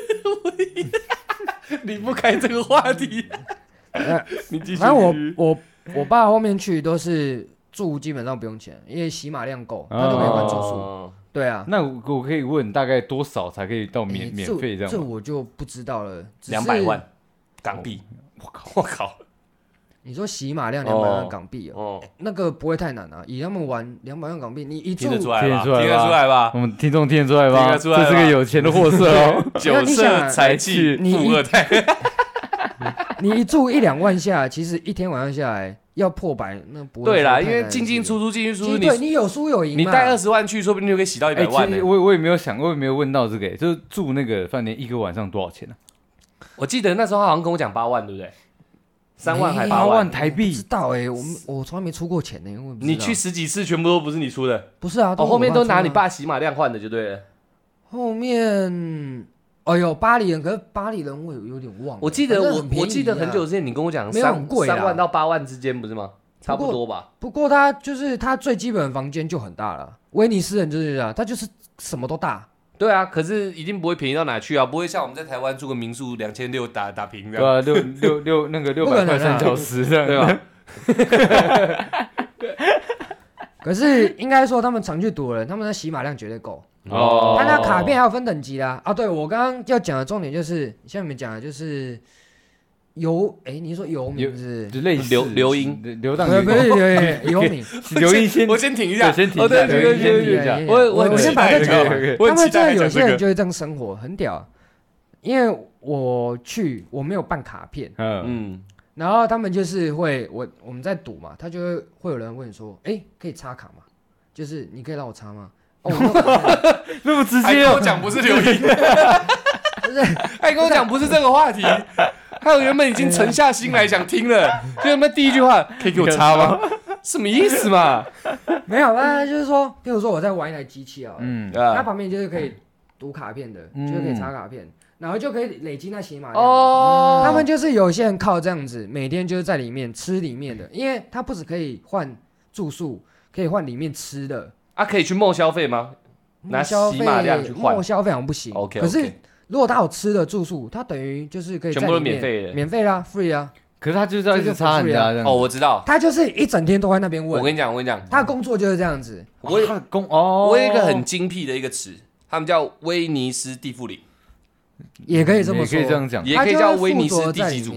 离不开这个话题。你继续。 反正我爸后面去都是住，基本上不用钱，因为洗码量够，他都可以换住宿。对啊。 那我可以问大概多少才可以到免费这样？ 这我就不知道了。 200万港币。我靠！ 你说洗码量200万港币那个不会太难啊。以他们玩200万港币，你一住听得出来吧？ 我们听众听得出来吧？这是个有钱的货色哦， 酒色财气富二代。 你一住1-2万下，其实一天晚上下来要破百，那不会。 对啦，因为进出出， 你有输有赢嘛。 你带20万去，说不定就可以洗到100万。 我也没有想，我也没有问到这个，就是住那个饭店1个晚上多少钱呢？ 我记得那时候他好像跟我讲8万，对不对？3万还8 万台币？ 不知道我从来没出过钱呢。 你去10几次，全部都不是你出的？ 不是啊， 后面都拿你爸洗码量换的，就对了。 后面。有巴黎人，可是巴黎人我有点忘了。 我记得很久之前你跟我讲3万到8万之间，不是吗？差不多吧。 不过他就是他最基本的房间就很大了。威尼斯人就是这样，他就是什么都大。 对啊，可是一定不会便宜到哪去啊，不会像我们在台湾住个民宿2600打平这样。对啊，600块3小时这样，对吧？ 可是应该说他们常去赌的人，他们的洗码量绝对够。但他卡片还有分等级啦。对，我刚刚要讲的重点就是像你们讲的，就是你说游民是类似流音流荡不是游民流音先， 我先停一下， 先停一下， 我先把这讲完。 他们真的有些人就会这样生活，很屌。因为我没有办卡片，然后他们就是会我们在赌嘛，他就会有人问你说，可以插卡吗？就是你可以让我插吗？ 那么直接跟我讲不是流音，还跟我讲不是这个话题，还有原本已经沉下心来想听了，就那第一句话可以给我插吗？什么意思嘛？ 没有，那就是说，比如说我在玩一台机器啊，它旁边就是可以读卡片的，就是可以插卡片，然后就可以累积那洗码量。他们就是有些人靠这样子，每天就是在里面吃里面的，因为他不只可以换住宿，可以换里面吃的。 可以去末消费吗？拿洗码量去换？ 末消费好像不行。可是如果他有吃的住宿，他等于就是可以全部都免费的， 免费啦 ，free 啊。 可是他就是要一直插人家这样。 我知道。 他就是一整天都在那边问。 我跟你讲， 他的工作就是这样子。 我有一个很精辟的一个词，他们叫威尼斯地缚灵， 也可以这么说， 也可以这样讲， 也可以叫威尼斯地基主。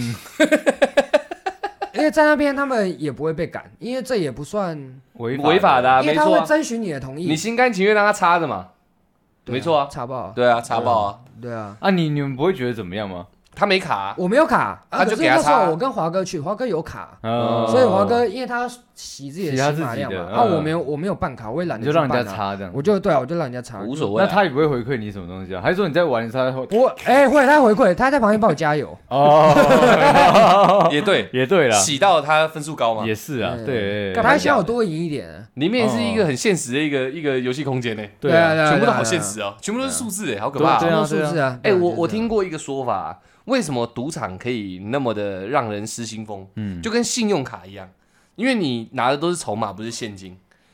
因为在那边他们也不会被赶，因为这也不算违法的， 因为他会征询你的同意， 你心甘情愿让他插着嘛，没错啊， 插爆， 对啊，插爆啊， 对啊， 你们不会觉得怎么样吗？ 他没卡， 我没有卡， 他就给他插。 我跟华哥去，华哥有卡，所以华哥因为他洗自己的洗码量嘛，我没有办卡，我也懒得就让人家插这样， 我就让人家插， 无所谓。 那他也不会回馈你什么东西啊？还是说你在玩他会？ 不会，会他回馈，他在旁边帮我加油。 也对， 也对啦， 洗到他分数高嘛， 也是啊，对， 他想我多赢一点。 里面是一个很现实的一个游戏空间呢， 对啊， 全部都好现实哦，全部都是数字哎，好可怕， 全部数字啊。 我听过一个说法。为什么赌场可以那么的让人失心疯？就跟信用卡一样，因为你拿的都是筹码，不是现金，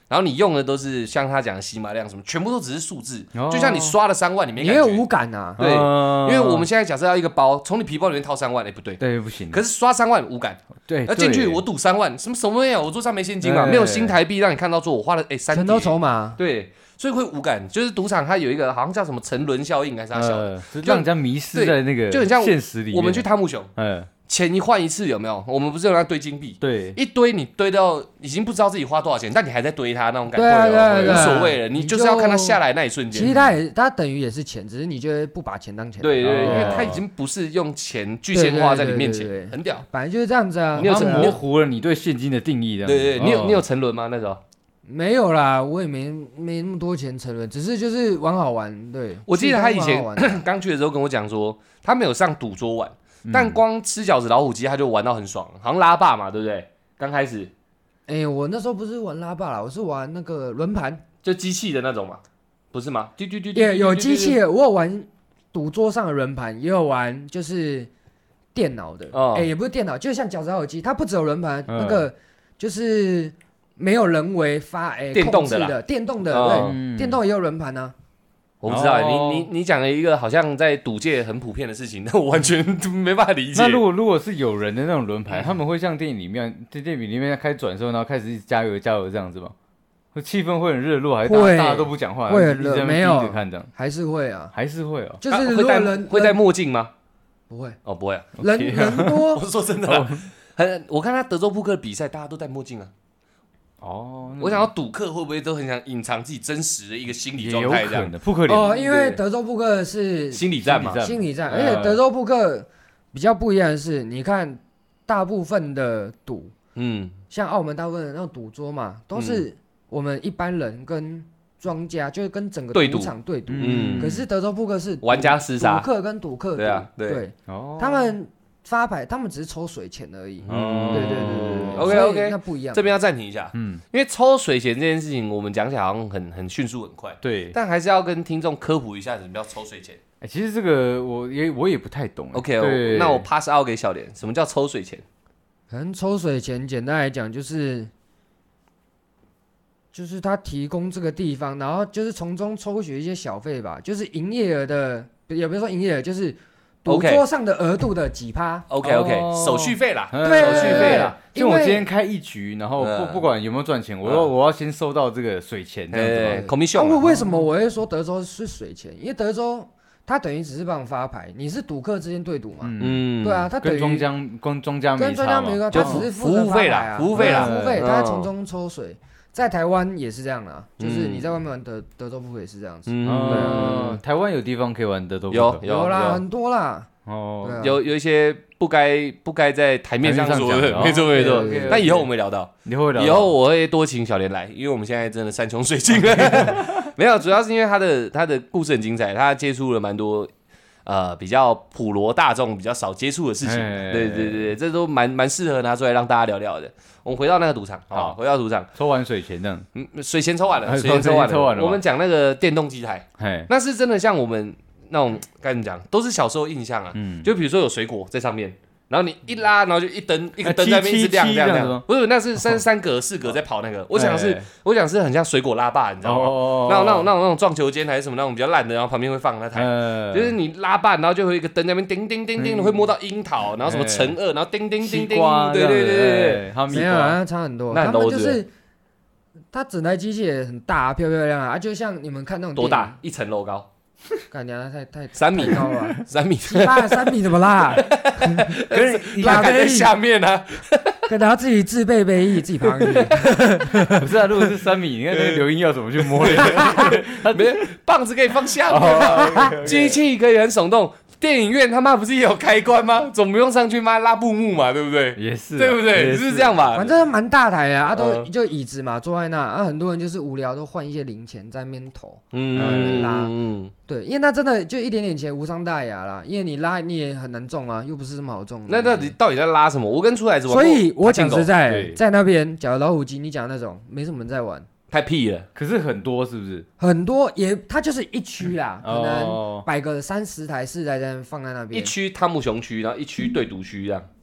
然后你用的都是像他讲的洗码量什么，全部都只是数字，就像你刷了3万，你没感觉， 你有无感啊？ 对，因为我们现在假设要一个包，从你皮包里面掏3万，不对， 对，不行。 可是刷3万无感， 对， 要进去我赌3万，什么没有，我桌上没现金嘛，没有新台币让你看到说我花了3 全都筹码， 对，所以会无感。就是赌场它有一个好像叫什么沉沦效应还是啥小的， 就让人家迷失在那个就很像现实里面。 我们去汤姆熊，钱一换一次有没有？我们不是有那堆金币？ 对， 一堆你堆到已经不知道自己花多少钱，但你还在堆它那种感觉， 无所谓了。你就是要看它下来那一瞬间。 其实它等于也是钱，只是你就会不把钱当钱。 对，因为它已经不是用钱具象化在你面前，很屌。 本来就是这样子啊， 你有模糊了你对现金的定义， 对，你有沉沦吗？那时候没有啦，我也没那么多钱沉沦，只是就是玩好玩。对， 我记得他以前刚去的时候跟我讲说，他没有上赌桌玩。但光吃饺子老虎机他就玩到很爽，好像拉霸嘛，对不对？刚开始， 我那时候不是玩拉霸啦，我是玩那个轮盘， 就机器的那种嘛，不是吗？ 也有机器的，我有玩赌桌上的轮盘，也有玩就是电脑的，也不是电脑，就像饺子老虎机，它不只有轮盘，那个就是没有人为电动的啦，电动的，对，电动也有轮盘啊。 我不知道，你讲了一个好像在赌界很普遍的事情，但我完全没办法理解。 那如果是有人的那种轮盘，他们会像电影里面开转的时候，然后开始一直加油这样子吗？气氛会很热络，还是大家都不讲话， 会很热？没有， 还是会啊， 还是会哦。 就是会戴墨镜吗？ 不会哦，不会啊。 人多， 我是说真的，我看他德州扑克的比赛，大家都戴墨镜啊。我想要赌客会不会都很想隐藏自己真实的一个心理状态这样的？ 扑克脸因为德州扑克是心理战嘛， 心理战，而且德州扑克比较不一样的是，你看大部分的赌，像澳门大部分的那种赌桌嘛，都是我们一般人跟庄家，就是跟整个赌场对赌。可是德州扑克是玩家厮杀， 赌客跟赌客对，他们发牌，他们只是抽水钱而已。对。 OK， 那不一样。 这边要暂停一下，因为抽水钱这件事情，我们讲起来好像很迅速很快， 对， 但还是要跟听众科普一下什么叫抽水钱。 其实这个我也不太懂。 OK， 那我 pass out 给小莲，什么叫抽水钱？ 可能抽水钱简单来讲就是他提供这个地方，然后就是从中抽取一些小费吧，就是营业额的，也不是说营业额，就是赌桌上的额度的几趴。 OK， 手续费啦， 对， 手续费啦。 就我今天开一局，然后不管有没有赚钱，我要先收到这个水钱这样子嘛。 commission。 为什么我会说德州是水钱？因为德州它等于只是帮发牌，你是赌客之间对赌嘛。对啊，它等于跟庄家没差嘛， 它只是服务费啦，服务费， 它从中抽水。在台湾也是这样啦，就是你在外面玩德州扑克也是这样子。 台湾有地方可以玩德州扑克， 有啦，很多啦。 有一些不该在台面上说的，没错。但以后我们会聊到，以后我会多请小莲来，因为我们现在真的山穷水尽了。没有，主要是因为他的故事很精彩，他接触了蛮多比较普罗大众比较少接触的事情。对，这都蛮适合拿出来让大家聊聊的。我们回到那个赌场，好，回到赌场， 抽完水钱这样， 水钱抽完了，我们讲那个电动机台，那是真的像我们那种该怎么讲，都是小时候印象啊。就比如说有水果在上面，然后你一拉，然后就一个灯在那边一直亮，不是，那是三格4格在跑那个。我想是很像水果拉霸，你知道吗？那种撞球间还是什么那种比较烂的，然后旁边会放那台，就是你拉霸，然后就会有一个灯在那边叮叮叮叮，会摸到樱桃，然后什么乘2，然后叮叮叮叮，对， 没有啊，差很多。他们就是它整台机器也很大，漂亮啊，就像你们看那种多大，1层楼高。 感觉太 3米高了 ，3米 ，3米怎么拉？ 可是拉在下面啊， 可能要自己自备背翼，自己爬上去。 不是啊，如果是3米，你看那个刘英要怎么去摸？ 棒子可以放下面，机器可以很手动。电影院他妈不是也有开关吗？总不用上去拉布幕嘛，对不对？ 也是， 对不对？是这样吧？ 反正蛮大台的都就椅子嘛，坐在那，很多人就是无聊都换一些零钱在那边投，拉，对，因为那真的就一点点钱无伤大雅啦，因为你拉你也很难中啊，又不是这么好中。 那到底在拉什么？我跟出来怎么？ 所以我讲实在，在那边假如老虎机，你讲那种没什么人在玩。 太屁了， 可是很多是不是？ 很多它就是一区啦，可能摆个30台4台在放在那边。 一区汤姆熊区，然后一区对赌区这样。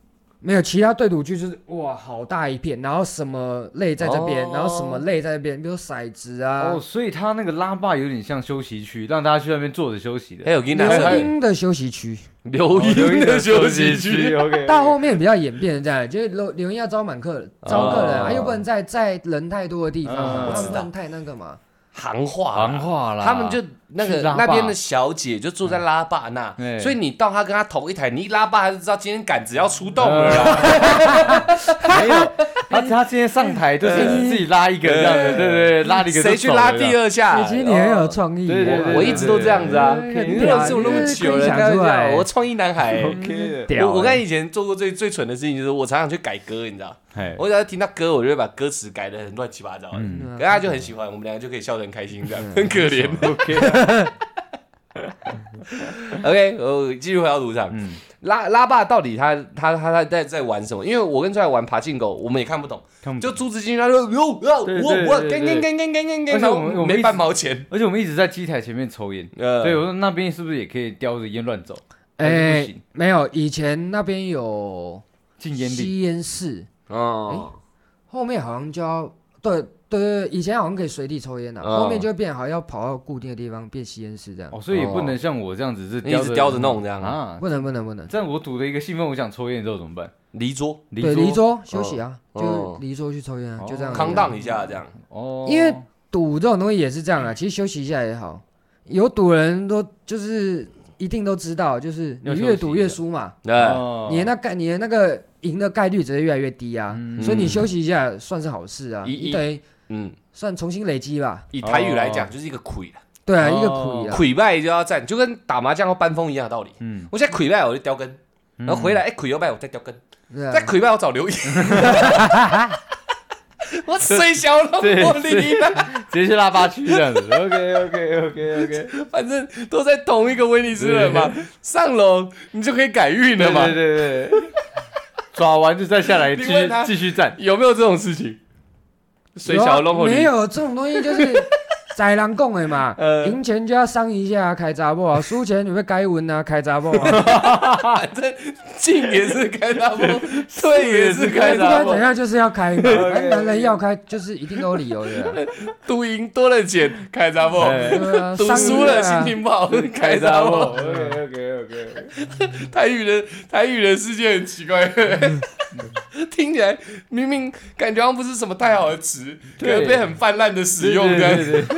没有，其他对赌区就是哇，好大一片，然后什么类在这边，然后什么类在那边，比如骰子啊。 哦，所以他那个拉霸有点像休息区，让大家去那边坐着休息的。 还有流音的休息区， 流音的休息区。 OK。 到后面比较演变这样，就是流音要招客人，又不能在人太多的地方，他们不能太那个嘛。 行话啦， 他们就那边的小姐就坐在拉霸那，所以你到他跟他同一台，你一拉霸他就知道今天杆子要出动了啦。 没有，他今天上台就是自己拉一个这样的，对对，拉了一个谁去拉第二下？ 其实你很有创意， 我一直都这样子啊。你认识我那么久了，我创意男孩。我刚才以前做过最蠢的事情就是我常常去改歌，你知道。我只要听到歌，我就会把歌词改得很乱七八糟的，可是他就很喜欢，我们两个就可以笑得很开心，这样很可怜。OK， 我继续回到赌场。拉霸到底他在玩什么？因为我跟出来玩爬进狗，我们也看不懂。就朱子金他说我跟，没半毛钱。 而且我们一直在机台前面抽烟，所以我说那边是不是也可以叼着烟乱走？ 没有，以前那边有禁烟令、 吸烟室。后面好像就要对，以前好像可以随地抽烟的，后面就变好像要跑到固定的地方变吸烟室这样。 所以也不能像我这样子是一直叼着弄这样啊，不能。 这样我赌的一个兴奋，我想抽烟之后怎么办？ 离桌休息啊，就离桌去抽烟啊，就这样。 康荡一下这样。 因为赌这种东西也是这样啊，其实休息一下也好。有赌人都就是一定都知道，就是你越赌越输嘛。你的那个赢的概率只是越来越低啊，所以你休息一下算是好事啊，你等于算重新累积吧。 以台语来讲，就是一个亏啦。 对啊，一个亏啊， 亏败就要站，就跟打麻将或搬风一样的道理。我现在亏败我就叼根，然后回来亏又败我再叼根，再亏败我找留言。我水小龙我理了， 直接去拉霸区这样子。OK， 反正都在同一个威尼斯人嘛，上楼你就可以改运了嘛。 对，抓完就再下来继续站。 有没有这种事情？水小龙没有这种东西，就是宰人讲的嘛，赢钱就要伤一下开查某啊，输钱你会该稳啊开查某啊， 反正进也是开查某，退也是开查某， 不管怎样就是要开嘛，反正男人要开就是一定都有理由的。 赌赢多了钱开查某，赌输了心情不好开查某。OK， 台语的世界很奇怪，听起来明明感觉好像不是什么太好的词，可能被很泛滥的使用这样子。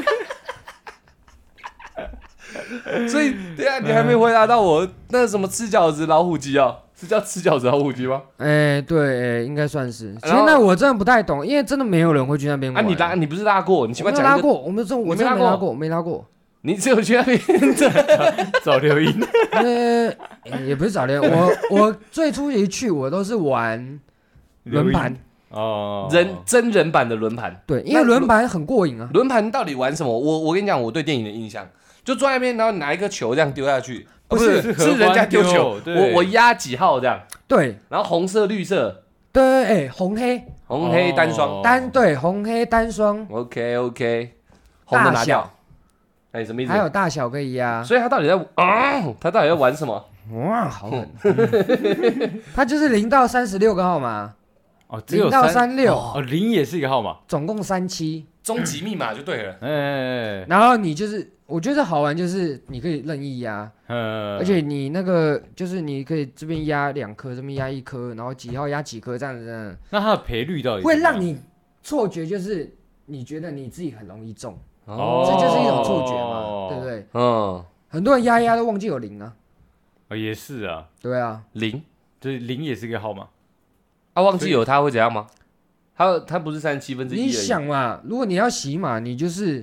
所以对啊，你还没回答到我那什么吃饺子老虎机啊？是叫吃饺子老虎机吗？ 对，应该算是。其实那我真的不太懂，因为真的没有人会去那边玩。 你不是拉过？你起码讲拉过，我真的没拉过。 你只有去那边找留音， 也不是找留音。我最初一去，我都是玩轮盘真人版的轮盘。 对，因为轮盘很过瘾啊。 轮盘到底玩什么？我跟你讲，我对电影的印象，就坐在那边，然后拿一颗球这样丢下去，不是人家丢球，我压几号这样。对，然后红色、绿色。 对，红黑单双对，红黑单双。 OK， 红的拿掉。什么意思？ 还有大小可以压， 所以他到底在玩什么？ 哇，好狠！他就是0到36个号码，0到36， 零也是一个号码， 总共37， 终极密码就对了。 然后你就是，我觉得好玩就是你可以任意压，而且你那个就是你可以这边压2颗，这边压1颗，然后几号压几颗这样子。 那它的赔率到底会让你错觉，就是你觉得你自己很容易中。这就是一种错觉嘛，对不对？很多人压都忘记有0啊。 也是啊。对啊 ，0， 就是0也是一个号码。 忘记有它会怎样吗？它不是1/37而已。 你想嘛，如果你要洗码，你就是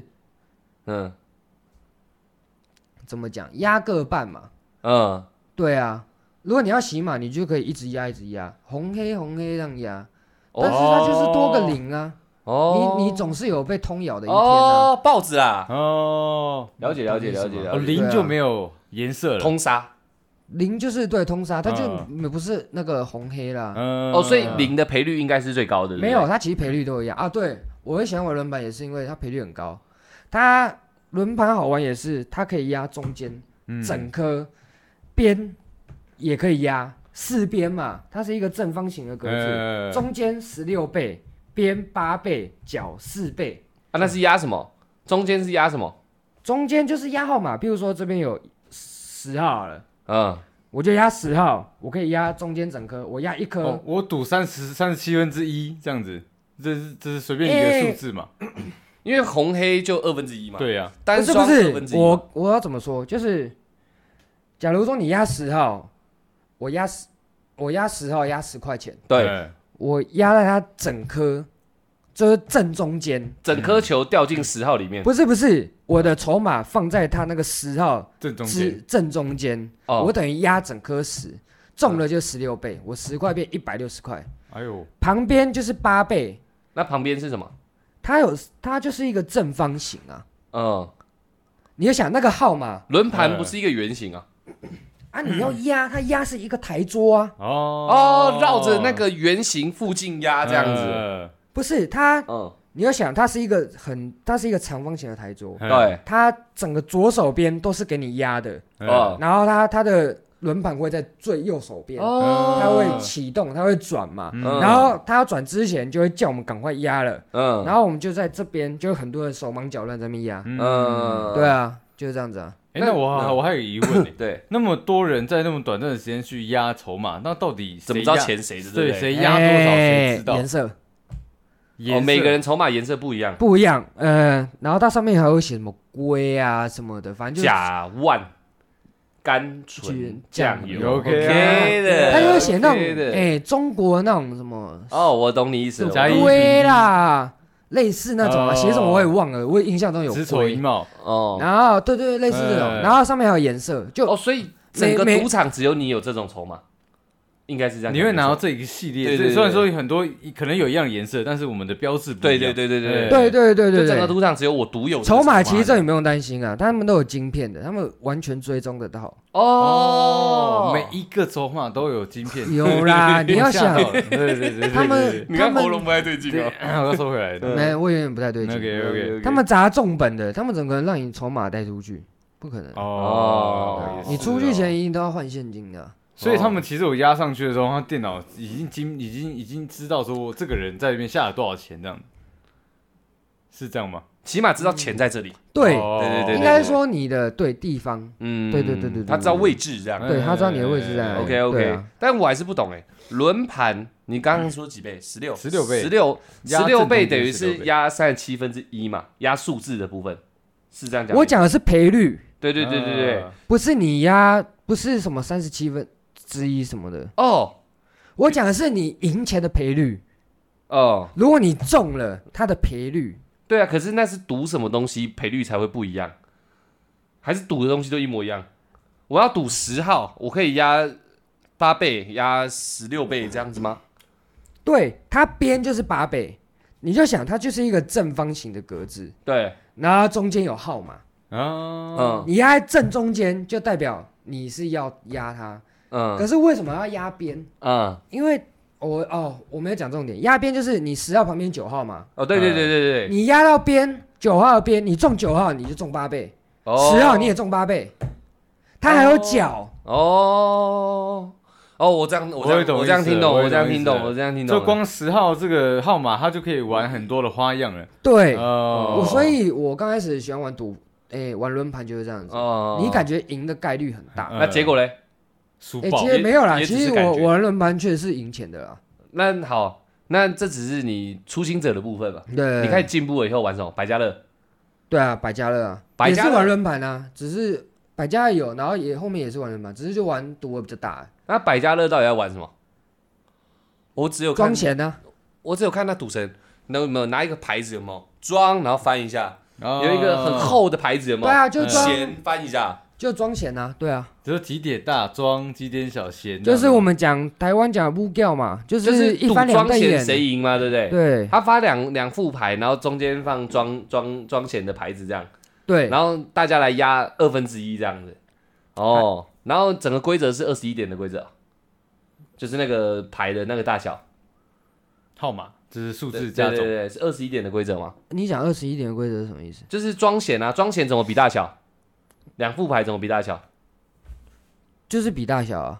怎么讲，压个半嘛。对啊，如果你要洗码，你就可以一直压，红黑这样压，但是它就是多个0啊。你总是有被通咬的一天啊！ 报纸啊！了解。 0就没有颜色了， 通杀。 0就是对通杀，它就不是那个红黑啦。 所以0的赔率应该是最高的。 没有，它其实赔率都一样啊。对，我会喜欢玩轮盘也是因为它赔率很高。它轮盘好玩也是，它可以压中间整颗边也可以压。 四边嘛，它是一个正方形的格子，中间16倍，边8倍，角4倍。 啊，那是压什么？中间是压什么？ 中间就是压号码，比如说这边有10号好了，我就压10号，我可以压中间整颗，我压一颗， 我赌37/1这样子，这是随便一个数字嘛。 因为红黑就1/2嘛。 对呀， 单双1/2。 我要怎么说？就是假如说你压10号，我压10号压10块钱， 对， 我压在它整颗，就是正中间， 整颗球掉进10号里面。 不是，我的筹码放在它那个10号正中间，我等于压整颗10，中了就16倍，我10块变160块。 哎呦， 旁边就是8倍， 那旁边是什么？ 它就是一个正方形啊。你要想那个号码， 轮盘不是一个圆形啊。 你要压它压是一个台桌啊。 绕着那个圆形附近压这样子。 不是它，你要想它是一个长方形的台桌， 对， 它整个左手边都是给你压的，然后它的轮盘会在最右手边，它会启动，它会转嘛，然后它要转之前就会叫我们赶快压了，然后我们就在这边就有很多人手忙脚乱在那边压，对啊，就是这样子啊。 那我还有疑问呢， 对， 那么多人在那么短暂的时间去压筹码，那到底怎么知道钱谁的？ 对，谁压多少谁知道？ 颜色。 每个人筹码颜色不一样， 然后它上面还会写什么龟啊什么的，反正就甲烷、甘醇、酱油 ，OK 的， 它就会写那种中国那种什么我懂你意思了， 龟啦，类似那种写什么我也忘了，我印象中有子丑寅卯然后对类似这种，然后上面还有颜色， 所以整个赌场只有你有这种筹码。应该是这样， 你会拿到这一个系列，虽然说很多可能有一样的颜色，但是我们的标志不一样。 对，整个赌场只有我独有的筹码。其实这也不用担心啊，他们都有晶片的，他们完全追踪得到。 每一个筹码都有晶片。 有啦，你要想， 对， 他们你看喉咙不太对劲哦，我要收回来。 没，我有点不太对劲。 OK， 他们砸重本的，他们怎么可能让你筹码带出去？不可能。你出去前一定都要换现金的。 所以他们其实我压上去的时候，他电脑已经知道说这个人在这边下了多少钱，这样是这样吗？ 起码知道钱在这里。 对， 应该说你的地方，对， 他知道位置这样。 对，他知道你的位置在哪里。 OK，但我还是不懂轮盘你刚刚说几倍？16倍，16倍等于是压37/1嘛，压数字的部分是这样讲。 我讲的是赔率。 对， 不是你压，不是什么1/37什么的我讲的是你赢钱的赔率如果你中了它的赔率， 对啊，可是那是赌什么东西赔率才会不一样？还是赌的东西都一模一样？我要赌10号，我可以压8倍，压16倍这样子吗？ 对，它边就是8倍，你就想它就是一个正方形的格子， 对， 然后中间有号码你压在正中间，就代表你是要压它。可是为什么要压边？因为我没有讲重点，压边就是你10号旁边9号嘛。 对， 你压到边9号的边，你中9号你就中8倍，10号你也中8倍，它还有角。 我这样听懂， 就光10号这个号码，它就可以玩很多的花样了。 对，所以我刚开始喜欢玩轮盘就是这样子，你感觉赢的概率很大。 那结果嘞？ 输爆。 其实没有啦，其实我玩轮盘确实是赢钱的啦。 那好，那这只是你初心者的部分嘛？ 对， 你开始进步了以后玩什么？百家乐。 对啊，百家乐啊，也是玩轮盘啊，只是百家有，然后后面也是玩轮盘，只是就玩赌的比较大。 那百家乐到底要玩什么？我只有看装钱啊， 我只有看那赌神有没有拿一个牌子，有没有装，然后翻一下，有一个很厚的牌子，有没有？ 对啊，就装钱翻一下。 就装钱啊，对啊， 就是几点大装，几点小闲， 就是我们台湾讲的物调嘛，就是一翻两瞪眼， 谁赢嘛，对不对？ 对， 他发两副牌，然后中间放装钱的牌子这样， 对， 然后大家来压1/2这样子，然后整个规则是21点的规则，就是那个牌的那个大小号码，就是数字加总， 对，是21点的规则吗？ 你讲21点的规则是什么意思？ 就是装钱啊，装钱怎么比大小？2副牌怎么比大小？ 就是比大小啊，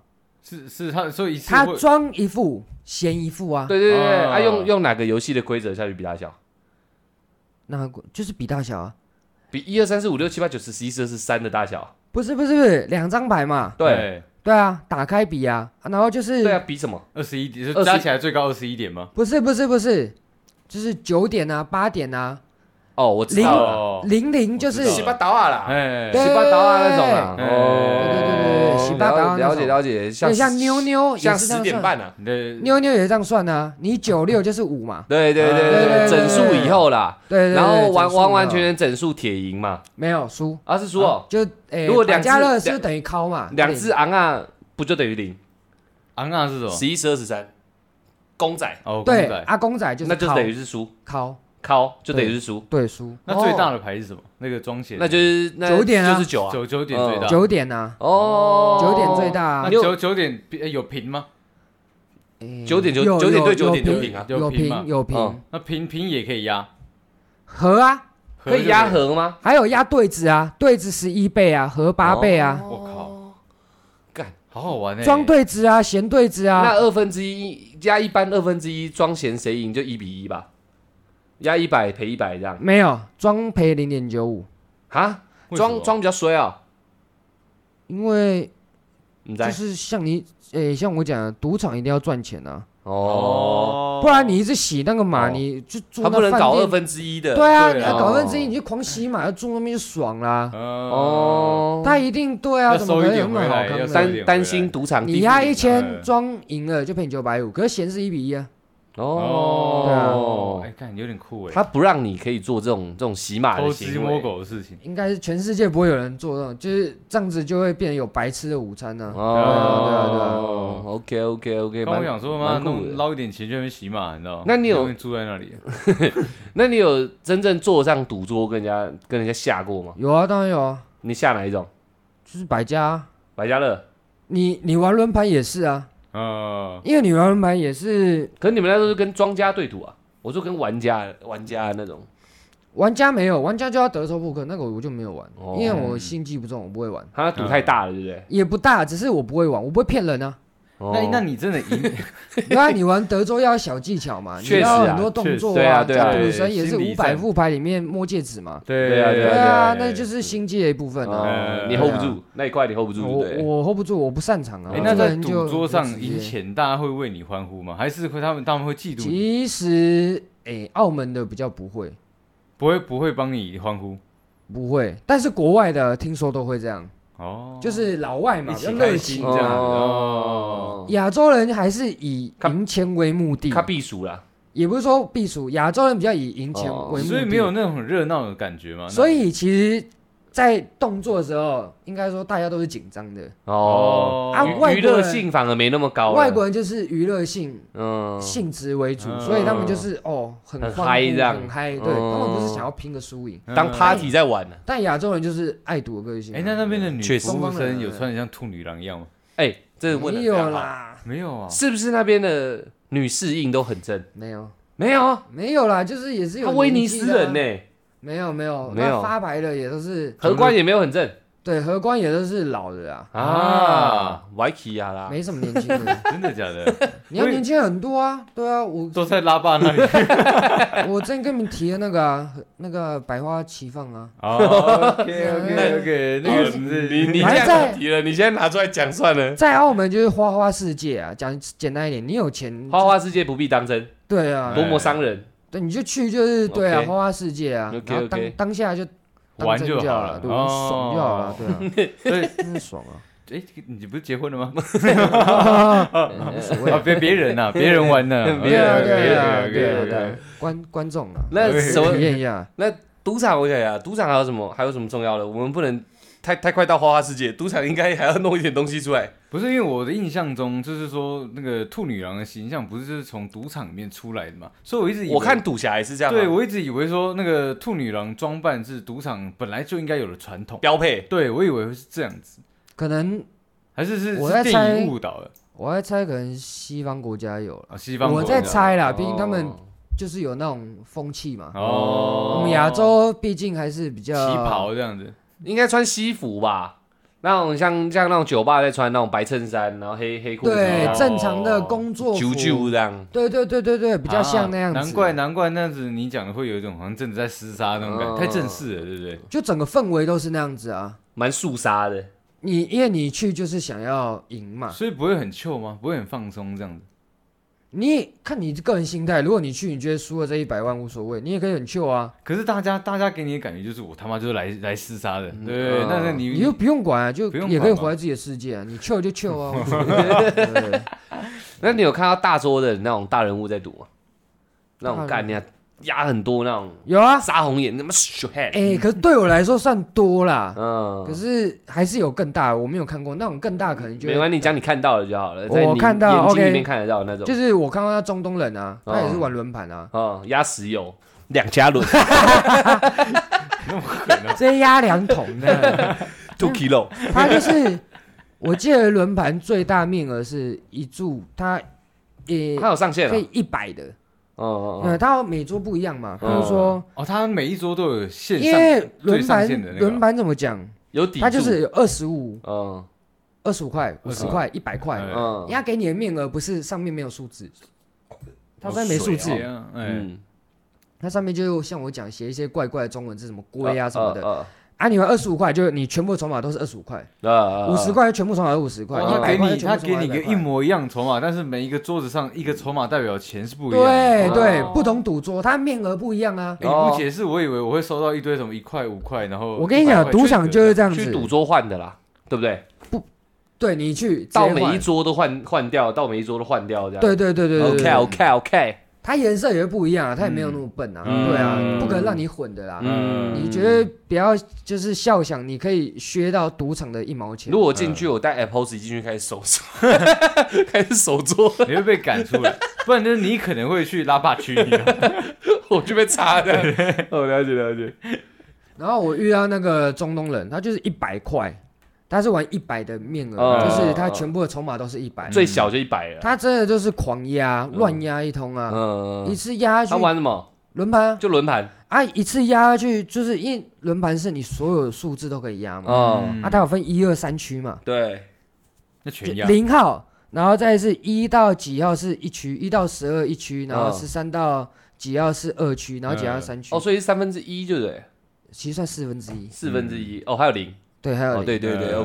是他所以他装一副嫌一副啊。 对对对，他用哪个游戏的规则下去比大小？ 那就是比大小啊， 比1、2、3、4、5、6、7、8、9、10、11、12、13的大小。 不是2张牌嘛？ 对啊，打开比啊，然后就是对啊，比什么 ？21点，就加起来最高21点吗？ 不是，就是9点啊，8点啊。 哦，我知道了 ，00就是洗巴倒啊啦， 洗巴倒啊那种啦。 对，洗巴倒了解， 像妞妞像10点半啊， 妞妞也是这样算啊，你96就是5嘛。 对，整数以后啦， 对， 然后完全整数铁赢嘛， 没有输啊是输哦， 就如果2加2是等于考嘛 ，2只昂啊不就等于0？ 昂啊是什么 ？11、12、13，公仔哦， 对啊，公仔就是那就等于是输，考就等于是输， 对输。 那最大的牌是什么？那个装钱， 那就是 9点啊， 就是9啊 ，9点最大 ，9点啊， 哦 ，9点最大啊。 那9点有平吗 ？9点对9点就平啊， 有平， 那平也可以压和啊， 可以压和吗？ 还有压对子啊，对子11倍啊，和8倍啊。 我靠， 干， 好好玩哎！ 装对子啊，弦对子啊。 那1/2加一般1/2装弦谁赢就1-1吧。压100赔100这样， 没有装赔0.95 啊？装比较衰啊， 因为就是像我讲的，赌场一定要赚钱啊，不然你一直洗那个马，你就住那饭店， 他不能搞1/2的， 对啊，你要搞1/2，你就狂洗马，住那边就爽啦。他一定对啊，怎么可能有那么好看？ 担心赌场， 你压1000装赢了就赔你950，可是弦是1-1啊。 对啊， 哎，看有点酷哎。 他不让你可以做这种洗马的行为， 偷鸡摸狗的事情， 应该是全世界不会有人做这种，就是这样子就会变成有白吃的午餐呢。对啊 OK。 刚我想说嘛，捞一点钱就能洗马，你知道吗？ 那你有住在那里？ 那你有真正坐上赌桌跟人家下过吗？ 有啊，当然有啊。 你下哪一种？ 就是百家乐。 你玩轮盘也是啊。因为你玩轮盘也是， 可是你们那都是跟庄家对赌啊，我说跟玩家那种。 玩家没有，玩家就要德州扑克，那个我就没有玩，因为我心机不重，我不会玩。 他赌太大了，对不对？ 也不大，只是我不会玩，我不会骗人啊。 那你真的赢？ 对啊，你玩德州要小技巧嘛，你要很多动作啊。对啊，赌神也是500副牌里面摸戒指嘛。 对啊，那就是心机的一部分啊。 你 hold 不住那一块，你 hold 不住。 我 hold 不住，我不擅长啊。 那在赌桌上赢钱，大家会为你欢呼吗？还是他们会嫉妒其你？ 实，澳门的比较不会帮你欢呼， 不会。但是国外的听说都会这样。就是老外嘛，比较热情这样。 亚洲人还是以赢钱为目的， 他避暑啦， 也不是说避暑，亚洲人比较以赢钱为目的， 所以没有那种很热闹的感觉嘛。 所以其实，在动作的时候，应该说大家都是紧张的娱乐性反而没那么高。 外国人就是娱乐性，性质为主，所以他们就是很嗨这样，很嗨。对，他们不是想要拼个输赢， 当 party 在玩呢。 但亚洲人就是爱赌的个性。 那边的女服务生有穿得像兔女郎一样吗？ 这个问的没有啦， 没有啊， 是不是那边的女适应都很正？ 没有啦，就是也是有。 他威尼斯人呢？ 没有，那发牌的也都是。 荷官也没有很正。 对，荷官也都是老的啊 ，Vicky 啊啦， 没什么年轻的， 真的假的？ 你要年轻很多啊，对啊，我都在拉霸那里。 我之前跟你们提的那个百花齐放啊。 OK， 那个你现在提了，你现在拿出来讲算了。 在澳门就是花花世界啊，讲简单一点，你有钱， 花花世界不必当真。对啊， 多么伤人。 对，你就去就是对啊，花花世界啊，然后当下就。 玩就好了， 对，爽就好了，对啊，对，真是爽啊！ 你不是结婚了吗？ 无所谓， 别人呐，别人玩的， 对啊，观众啊， 那什么体验一下？ 那赌场我想想，赌场还有什么重要的？我们不能太快到花花世界，赌场应该还要弄一点东西出来。 不是因为我的印象中，就是说那个兔女郎的形象不是就是从赌场里面出来的嘛，所以我一直以为我看赌侠也是这样。 对，我一直以为说那个兔女郎装扮是赌场本来就应该有的传统标配。 对，我以为是这样子， 可能还是我在电影误导了。 我在猜，可能西方国家有了， 西方国家我在猜啦，毕竟他们就是有那种风气嘛。我们亚洲毕竟还是比较旗袍这样子， 应该穿西服吧。 那种像那种酒吧在穿那种白衬衫，然后黑裤子， 对，正常的工作服， 啾这样。 对，比较像那样子。 难怪那样子你讲的会有一种好像真的在厮杀那种感觉，太正式了，对不对？ 就整个氛围都是那样子啊， 蛮肃杀的。 因为你去就是想要赢嘛， 所以不会很chill吗？不会很放松这样子？ 你看你个人心态，如果你去，你觉得输了这100万无所谓，你也可以很chill啊。 可是大家给你的感觉就是我他妈就是来厮杀的，对，那你就不用管啊，就也可以活在自己的世界啊，你chill就chill啊。 那你有看到大桌的那种大人物在赌吗？那种干你压很多那种， 有啊， 杀红眼，那么 short。 可是对我来说算多啦。可是还是有更大的，我没有看过那种更大，可能就没关系，你讲你看到了就好了。 我看到眼睛里面看得到那种， 就是我看到中东人啊，他也是玩轮盘啊， 压石油2加仑， 直接压2桶的 2 kilo。 他就是我记得轮盘最大面额是一注，他有上限可以100的。它每桌不一样嘛，比如说它每一桌都有线上， 因为轮盘怎么讲？ 有底， 它就是有25块、50块、100块，它给你的面额不是上面没有数字，它上面没数字，它上面就像我讲写一些怪怪的中文字，什么龟啊什么的。你们25块，就你全部筹码都是25块，50块全部筹码都50块， 他给你个一模一样筹码，但是每一个桌子上一个筹码代表钱是不一样的。 对，不同赌桌，它面额不一样啊。 你不解释，我以为我会收到一堆什么1块、5块，然后我跟你讲，赌场就是这样子， 去赌桌换的啦，对不对？ 对，你去到每一桌都换掉，到每一桌都换掉这样。 对。 OK。 它颜色也会不一样啊，它也没有那么笨啊，对啊，不可能让你混的啦。你觉得不要就是笑想你可以削到赌场的1毛钱。 如果我进去，我带 Apple 进去开始手开始手做， 你会被赶出来，不然就是你可能会去拉霸区， 我就被插的。了解。 然后我遇到那个中东人，他就是100块。他是玩100的面额，就是他全部的筹码都是100， 最小就100了。 他真的就是狂压，乱压一通啊！一次压下去。 他玩什么？ 轮盘， 就轮盘啊！一次压下去，就是因为轮盘是你所有的数字都可以压嘛。它有分1、2、3区嘛。 对， 那全压。 0号，然后再是1到几号是1区，1到12一区，然后13到几号是2区，然后几号3区。 所以是1/3，对不对？ 其实算1/4。 1/4，还有0。 对，还有对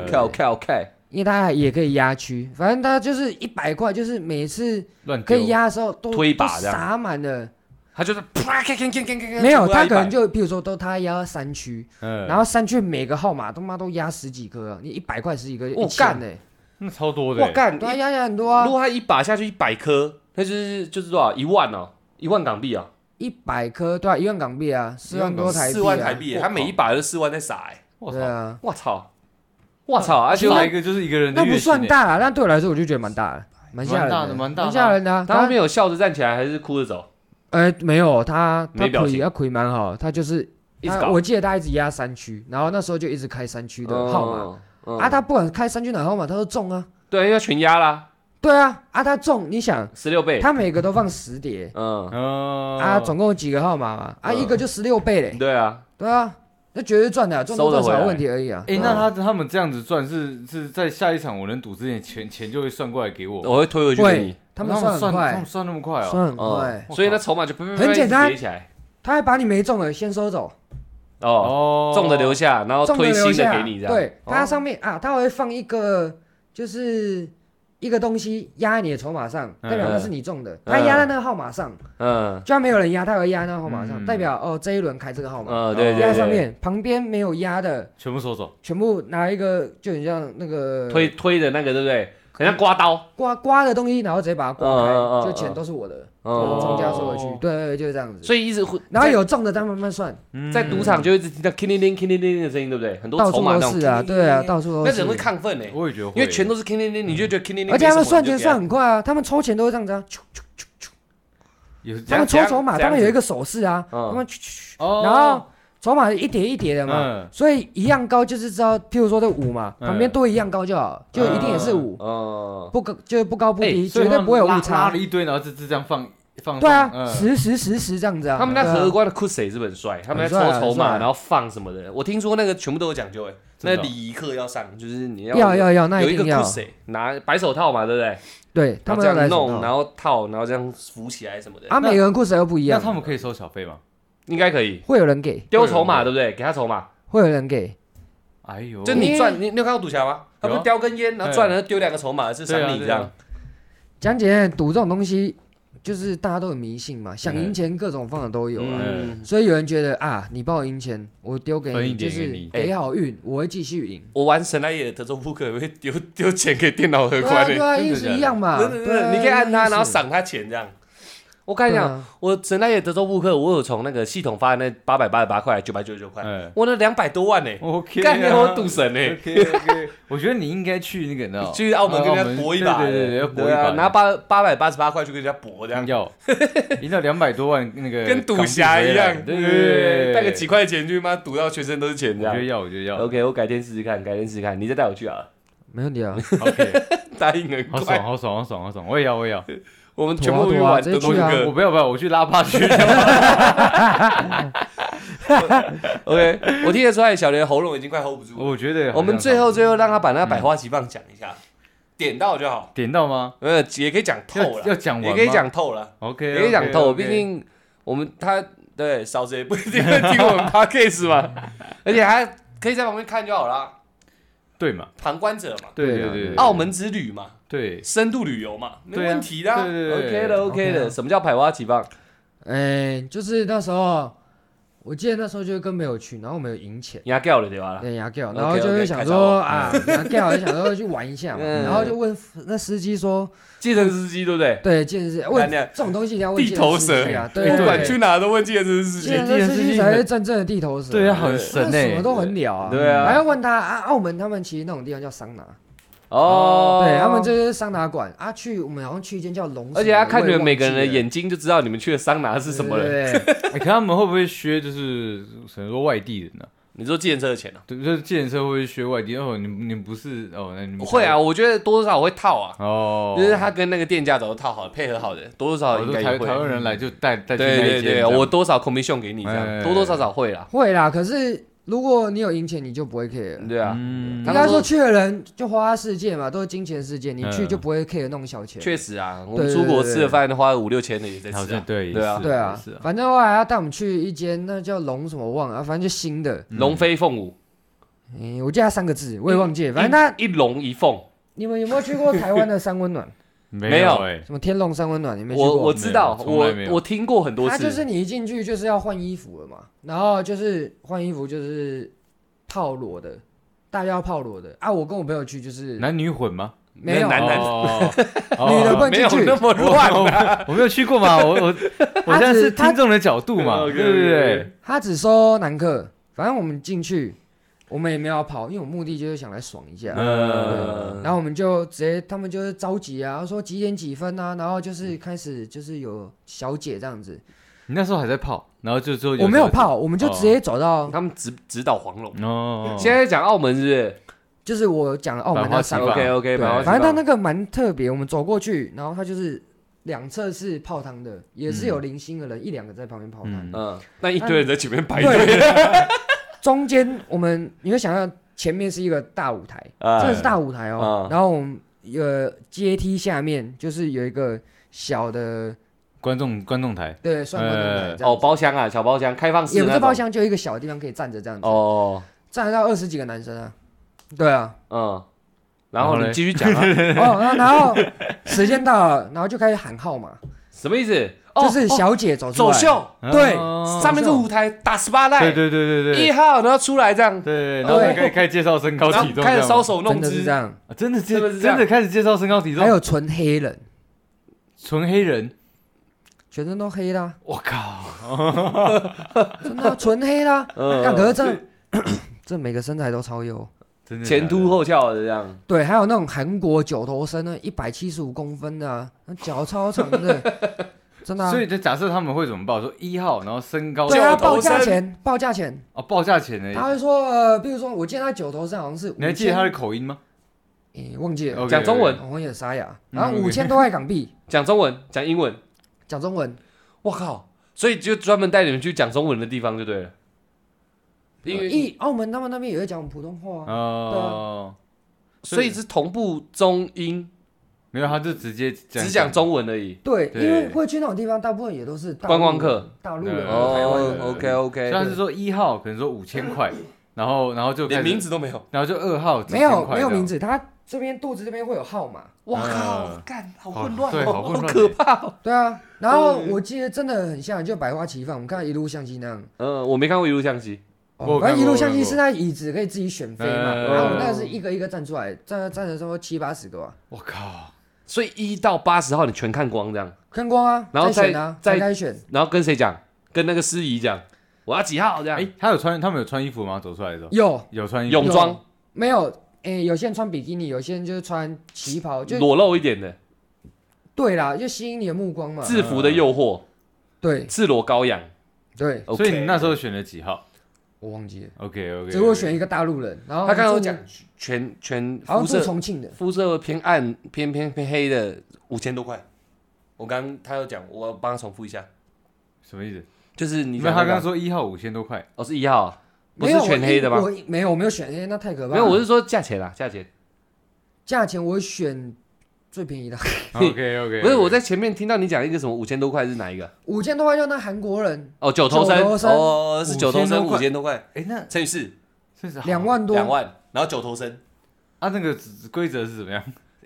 ，OK， 因为它也可以压区，反正它就是100块，就是每次可以压的时候都推把这样撒满了， 他就是没有，他可能就譬如说他压3区，然后3区每个号码他妈都压10几颗，你100块10几颗，我干呢， 那超多的， 我干， 对，压很多啊。 如果他一把下去100颗，那就是多少？1万哦，1万港币啊 ，100颗对啊，1万港币啊，4万多台币 ，4万台币，他每一把都4万在撒， 对啊， 我操！而且来一个就是一个人的月薪， 那不算大啊，但对我来说我就觉得蛮大的，蛮吓人的， 他后面有笑着站起来还是哭着走？ 没有，他亏蛮好，他就是我记得他一直压3区，然后那时候就一直开3区的号码，他不管开3区哪号码他都中啊， 对，因为全压啦。 对啊，他中，你想 16倍， 他每个都放10叠，总共有几个号码嘛？一个就16倍嘞。 对啊， 那绝对赚的，赚多少问题而已啊。 那他们这样子赚是在下一场我能赌之前钱就会算过来给我， 我会推回去给你。 他们算很快， 算那么快算很快， 所以那筹码就很简单，他还把你没中的先收走， 中的留下，然后推新的给你这样。 对，它上面他会放一个就是一个东西压在你的筹码上，代表那是你中的。他压在那个号码上，就算没有人压，他会压那个号码上，代表这一轮开这个号码。 对， 压在上面，旁边没有压的全部收走， 全部拿一个就很像那个推的那个，对不对？很像刮刀， 刮的东西，然后直接把它刮开，就钱都是我的，庄家收回去。对，就是这样子。 所以一直然后有中的再慢慢算， 在赌场就一直听到 king ling 的声音，对不对？很多筹码都是啊，对啊，到处都是。 那人会亢奋我也觉得， 因为全都是 king ling，你就觉得 king ling。 而且他们算钱算很快啊，他们抽钱都会这样子啊，他们抽筹码，他们有一个手势啊，他们然后。筹码一叠一叠的嘛，所以一样高就是知道，譬如说这5嘛，旁边多一样高就好，就一定也是5，不高不低，绝对不会有误差。 拉了一堆，然后就这样放对啊，10这样子啊。 他们那荷官的酷谁是不是很帅？他们在抽筹码，然后放什么的。我听说那个全部都有讲究哎，那礼仪课要上，就是你要那有一个一定要酷谁拿白手套嘛，对不对？ 对，他们这样弄，然后套，然后这样扶起来什么的。 啊，每个人酷谁又不一样。 那他们可以收小费吗？ 应该可以， 会有人给丢筹码，对不对？给他筹码， 会有人给。 哎呦， 就你赚，你有看过赌侠吗？他不是叼根烟，然后赚了丢2个筹码是赏你这样。 讲简单，赌这种东西就是大家都很迷信嘛，想赢钱各种方法都有啊。所以有人觉得啊，你帮我赢钱，我丢给你，就是给好运，我会继续赢。 我玩神来也的德州扑克会丢钱给电脑荷官， 对啊，意思一样嘛。 对，你可以按他，然后赏他钱这样。我跟你讲，我神来也德州扑克，我有从那个系统发的那888块、999块，我那200多万呢。干你我赌神呢。 我觉得你应该去那个， 去澳门跟人家搏一把， 对，要搏一把， 拿888块去跟人家搏这样。 要赢到200多万，那个跟赌侠一样， 对， 带个几块钱去，妈赌到全身都是钱这样。 我觉得要。 OK， 我改天试试看，你再带我去啊。 没问题啊。 OK， 答应很快。 好爽，我也要。 我们全部去玩德州扑克。 我不要，我去拉霸去。 OK， 我听得出来小莲喉咙已经快 hold 不住了。 我觉得我们最后让他把那百花齐放讲一下，点到就好。 点到吗？ 也可以讲透了， 要讲完也可以讲透了。 OK， 也可以讲透，毕竟他对嫂子也不一定会听我们 podcast 嘛，而且还可以在旁边看就好了。 对嘛， 旁观者嘛。 对， 澳门之旅嘛。 对， 深度旅游嘛，没问题的。 对 OK 的。什么叫百花齐放？ 就是那时候，我记得那时候就跟朋友去，然后我们有赢钱， 牙掉了对吧？ 对，牙掉，然后就会想说牙掉，就想说去玩一下嘛，然后就问那司机说， 计程司机对不对？ 对，计程司机问这种东西一定要问地头蛇啊，对， 不管去哪都问计程司机， 计程司机才是真正的地头蛇， 对，很神什么都很了啊， 对啊， 还要问他澳门他们其实那种地方叫桑拿。 对他们这是桑拿馆啊，我们好像去一间叫龙， 而且他看你们每个人的眼睛就知道你们去的桑拿是什么了。 对， 可他们会不会削就是很多外地人呢？ 你说计程车的钱啊？ 对，就是计程车会不会削外地？你不是那你们会啊？我觉得多多少少会套啊。 就是他跟那个店家都套好，配合好的，多多少少应该会。 台湾人来就带去那对一间， 我多少 commission 给你这样，多多少少会啦。 会啦，可是。如果你有赢钱，你就不会 care。 对啊， 应该说去的人就花花世界嘛，都是金钱世界，你去就不会 care 那种小钱。 确实啊，我们出国吃的饭花5、6千的也在吃啊。 对啊，反正后来他带我们去一间，那叫龙什么我忘了，反正就新的龙飞凤舞。 我记得他3个字，我也忘记了。反正他一龙一凤。 你们有没有去过台湾的三温暖？ 没有什么天龙三温暖，你没去过？ 我知道，我听过很多次。 他就是你一进去就是要换衣服了嘛，然后就是换衣服就是泡裸的，大家要泡裸的啊。我跟我朋友去就是男女混吗？ 没有， 男女的不能进去， 没有那么乱。 我没有去过嘛，我现在是听众的角度嘛，对不对？ 他只收男客，反正我们进去。我们也没有要跑，因为我目的就是想来爽一下。然后我们就直接，他们就是着急啊，说几点几分啊，然后就是开始就是有小姐这样子。 你那时候还在泡，然后就说我没有泡，我们就直接走到他们指导黄龙。 现在讲澳门是不是？ 就是我讲的澳门那3 个。OK， 反正他那个蛮特别，我们走过去，然后他就是2侧是泡汤的，也是有零星的人1、2个在旁边泡汤。 那一堆人在前面排队。 中间你会想到前面是一个大舞台，这个是大舞台哦。然后我们阶梯下面就是有一个小的观众台， 对，算观众台。 包厢啊，小包厢，开放式。 也不是包厢，就一个小的地方可以站着这样子。站得到20几个男生啊。对啊。 然后你继续讲啊。 然后时间到了，然后就开始喊号码。 什么意思？ 就是小姐走出来走秀， 对， 上面是舞台打18赖， 对 1号，然后出来这样， 对，然后开始介绍身高体重， 开始搔首弄姿， 真的是这样， 真的开始介绍身高体重， 还有纯黑人，全身都黑啦， 我靠， 真的纯黑啦，可是这每个身材都超优。 前凸后翘的这样， 对，还有那种韩国9头身呢，175公分的啊，脚超长的，真的。 所以假设他们会怎么报？说1号，然后身高， 对啊，报价钱哦，报价钱而已。 他会说比如说我记得他9头身好像是， 你还记得他的口音吗？ 忘记了， 讲中文， 我也沙哑，然后5000多块港币， 讲中文，讲英文， 讲中文。 我靠！所以就专门带你们去讲中文的地方就对了。 因为澳门他们那边也会讲普通话啊。 哦， 所以是同步中英。 没有，他就直接只讲中文而已。 对，因为会去那种地方，大部分也都是观光客、 大陆人、台湾人。 OK。 所以他是说1号可能说5000块，然后就连名字都没有， 然后就2号没有名字，他这边肚子这边会有号码。 哇靠，干好混乱， 对，好混乱， 好可怕。 对啊，然后我记得真的很像，就百花齐放。我们看一路相机那样。 我没看过一路相机。 反正一路相机是那椅子可以自己选飞嘛，然后我那个是一个一个站出来，站的时候70-80个啊。 我靠！ 所以1到80号你全看光这样？ 看光啊， 然后再开选， 然后跟谁讲？跟那个司仪讲，我要几号这样？ 他们有穿衣服吗？走出来的时候有穿衣服， 泳装没有？有些人穿比基尼，有些人就是穿旗袍，就裸露一点的。 对啦，就吸引你的目光嘛。 制服的诱惑， 对， 赤裸羔羊， 对。 所以你那时候选了几号？ 我忘记了。 OK。 只不过选一个大陆人，然后他刚刚讲全好像住重庆的， 肤色偏暗偏黑的5000多块。他有讲，我帮他重复一下， 什么意思？ 就是你他刚刚说1号5000多块， 是1号，不是全黑的吗？ 没有，我没有选黑，那太可怕了。 没有，我是说价钱啦， 价钱我选最便宜的。 OK。 不是我在前面听到你讲一个什么5000多块是哪一个 ？5000多块就那韩国人九头身哦，是9头身5000多块， 那乘以4， 2万多 ，2万，然后9头身啊，那个规则是怎么样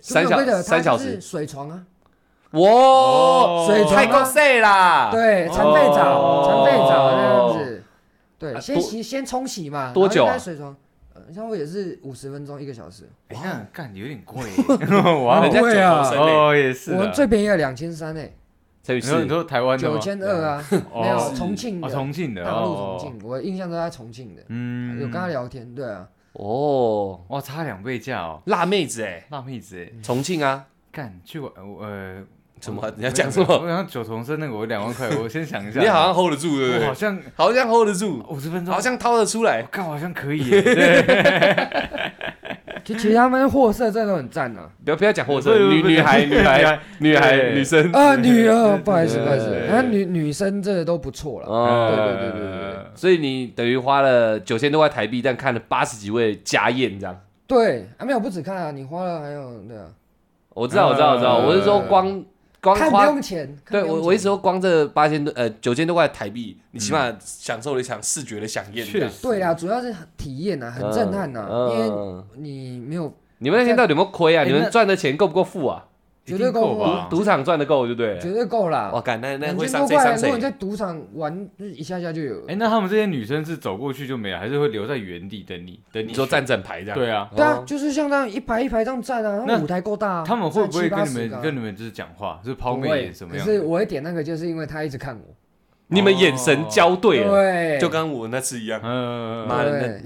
？3小时水床啊。 哇， 水床太够细啦！ 对，残废澡那样子。对，先冲洗嘛。 多久啊？ 水床，像我也是50分钟1个小时。 那干有点贵， 哇，人家9头身哦，也是。 我最便宜的2300哎。 你说台湾的 9200啊？没有重庆的， 重庆的， 大陆重庆，我印象都在重庆的。有跟他聊天，对啊。 哇，差2倍价哦。 辣妹子重庆啊， 干去过什么？你要讲什么？ 我想9头身那个，我2万块，我先想一下。 你好像 hold 得住，对不对？ 好像 hold 得住 50分钟， 好像掏得出来。 干，好像可以耶。对。 其实他们货色真的都很赞啊！ 不要讲货色，女孩、女生啊，不好意思，然后女生这都不错了。对。 所以你等于花了9000多块台币，但看了80几位家宴这样。对啊，没有不止看啊，你花了还有对啊。 我知道，我是说光看不用钱。 对，我一直说光这9000多块台币，你起码享受了一场视觉的飨宴。 确实， 对啦，主要是体验啊，很震撼啊，因为你没有。 你们那天到底有没有亏啊？你们赚的钱够不够付啊？ 绝对够吧？ 赌场赚的够就对了， 绝对够啦。 哇，干那会伤谁伤谁？ 如果你在赌场玩，一下就有。 那他们这些女生是走过去就没了，还是会留在原地等你？ 你说站整排这样？ 对啊， 就是像这样一排一排这样站啊。那舞台够大， 他们会不会跟你们就是讲话，就是抛媚眼什么样？ 可是我会点那个，就是因为他一直看我。 你们眼神交对了， 对， 就跟我那次一样。妈的，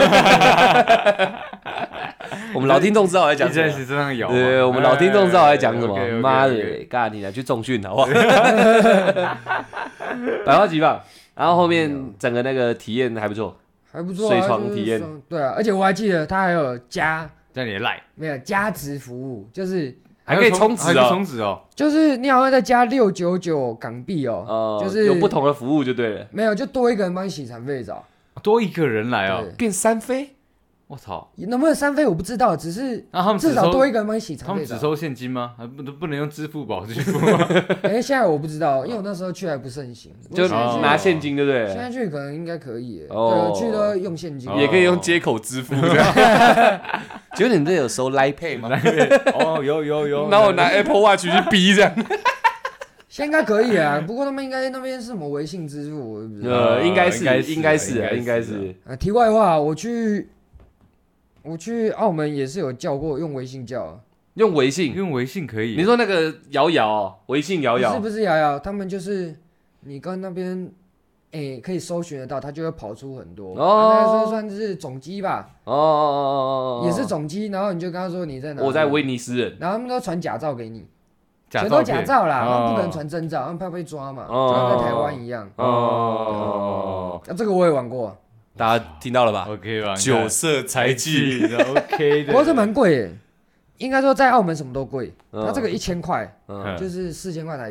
我们老听众知道我在讲什么。 是这样摇。 对，我们老听众知道我在讲什么。妈的，干你啊，去重训好不好？百花齐放，然后后面整个那个体验还不错，水床体验。 对啊，而且我还记得他还有加你赖， 没有加值服务，就是。 还可以充值哦， 就是你好像再加699港币哦，就是有不同的服务就对了。 没有，就多一个人帮你洗残废澡， 多一个人来哦， 变3飞。 我操， 能不能3飞我不知道，只是至少多一个人帮你洗残废澡。 他们只收现金吗？不能用支付宝支付吗？ 现在我不知道，因为我那时候去还不盛行， 就拿现金对不对？ 现在去可能应该可以，对，我去都用现金， 也可以用接口支付。请问你这有收 Line Pay 吗？ 有。 然后我拿 Apple Watch 去逼这样。 现在应该可以啊，不过他们应该那边是什么微信支付？ 应该是。 题外话，我去澳门也是有叫过用微信叫， 用微信可以。 你说那个摇微信摇， 不是摇，他们就是你跟那边可以搜寻得到，它就会跑出很多。那时候算是总机吧。也是总机，然后你就跟他说你在哪？ 我在威尼斯人。 然后他们都传假照给你， 全都假照啦，他们不可能传真照，他们怕被抓嘛，就像在台湾一样。这个我也玩过。 大家听到了吧 ？OK 吧？ 酒色财气 ，OK 的。 不过这蛮贵耶，应该说在澳门什么都贵。它这个1000块，就是4000块台币。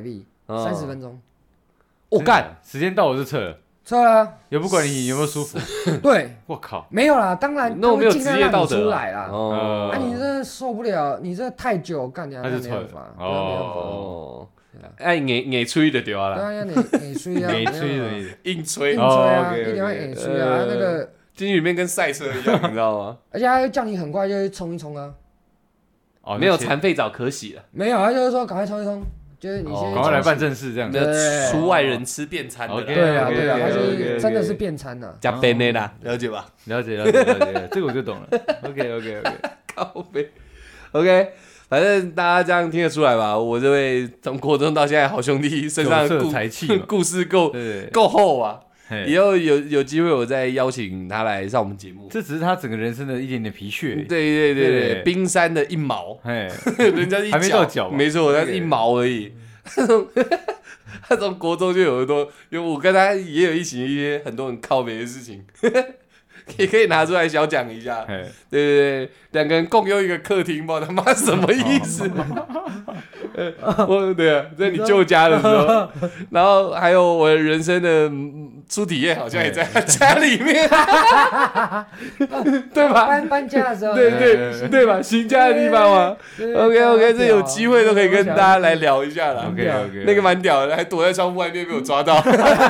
30分钟。 我干， 时间到我就撤了。 撤了， 也不管你有没有舒服。 对， 我靠， 没有啦，当然那我没有职业道德出来啦。 哦， 你这受不了，你这太久干掉， 那就撤了。 哦，哎，硬吹就对啦。 对啊，硬吹啊， 硬吹的意思， 硬吹啊，一定要硬吹啊，那个进去里面跟赛车一样，你知道吗？ 而且他会叫你很快就冲一冲啊。 没有残废澡可洗了。 没有，他就是说赶快冲一冲。就是你先赶快来办正事这样子， 出外人吃便餐的， 对啊，他就是真的是便餐呐， 加便的啦，了解吧？ 了解，这个我就懂了。OK， 靠北 ，OK， 反正大家这样听得出来吧？我这位从国中到现在好兄弟身上的故事够厚啊！以后有机会我再邀请他来上我们节目。 这只是他整个人生的一点点皮屑。 对，冰山的一毛，人家一还没到脚， 没错，他是一毛而已。他从国中就有很多，因为我跟他也有一些很多很靠北的事情，也可以拿出来小讲一下。对，两个人共用一个客厅，不知道他妈什么意思。对啊，在你舅家的时候，然后还有我人生的初体验，好像也在他家里面，对吧？ 搬家的时候， 对吧？新家的地方嘛。OK， 这有机会都可以跟大家来聊一下啦。 OK， 那个蛮屌的，还躲在窗户外面被我抓到。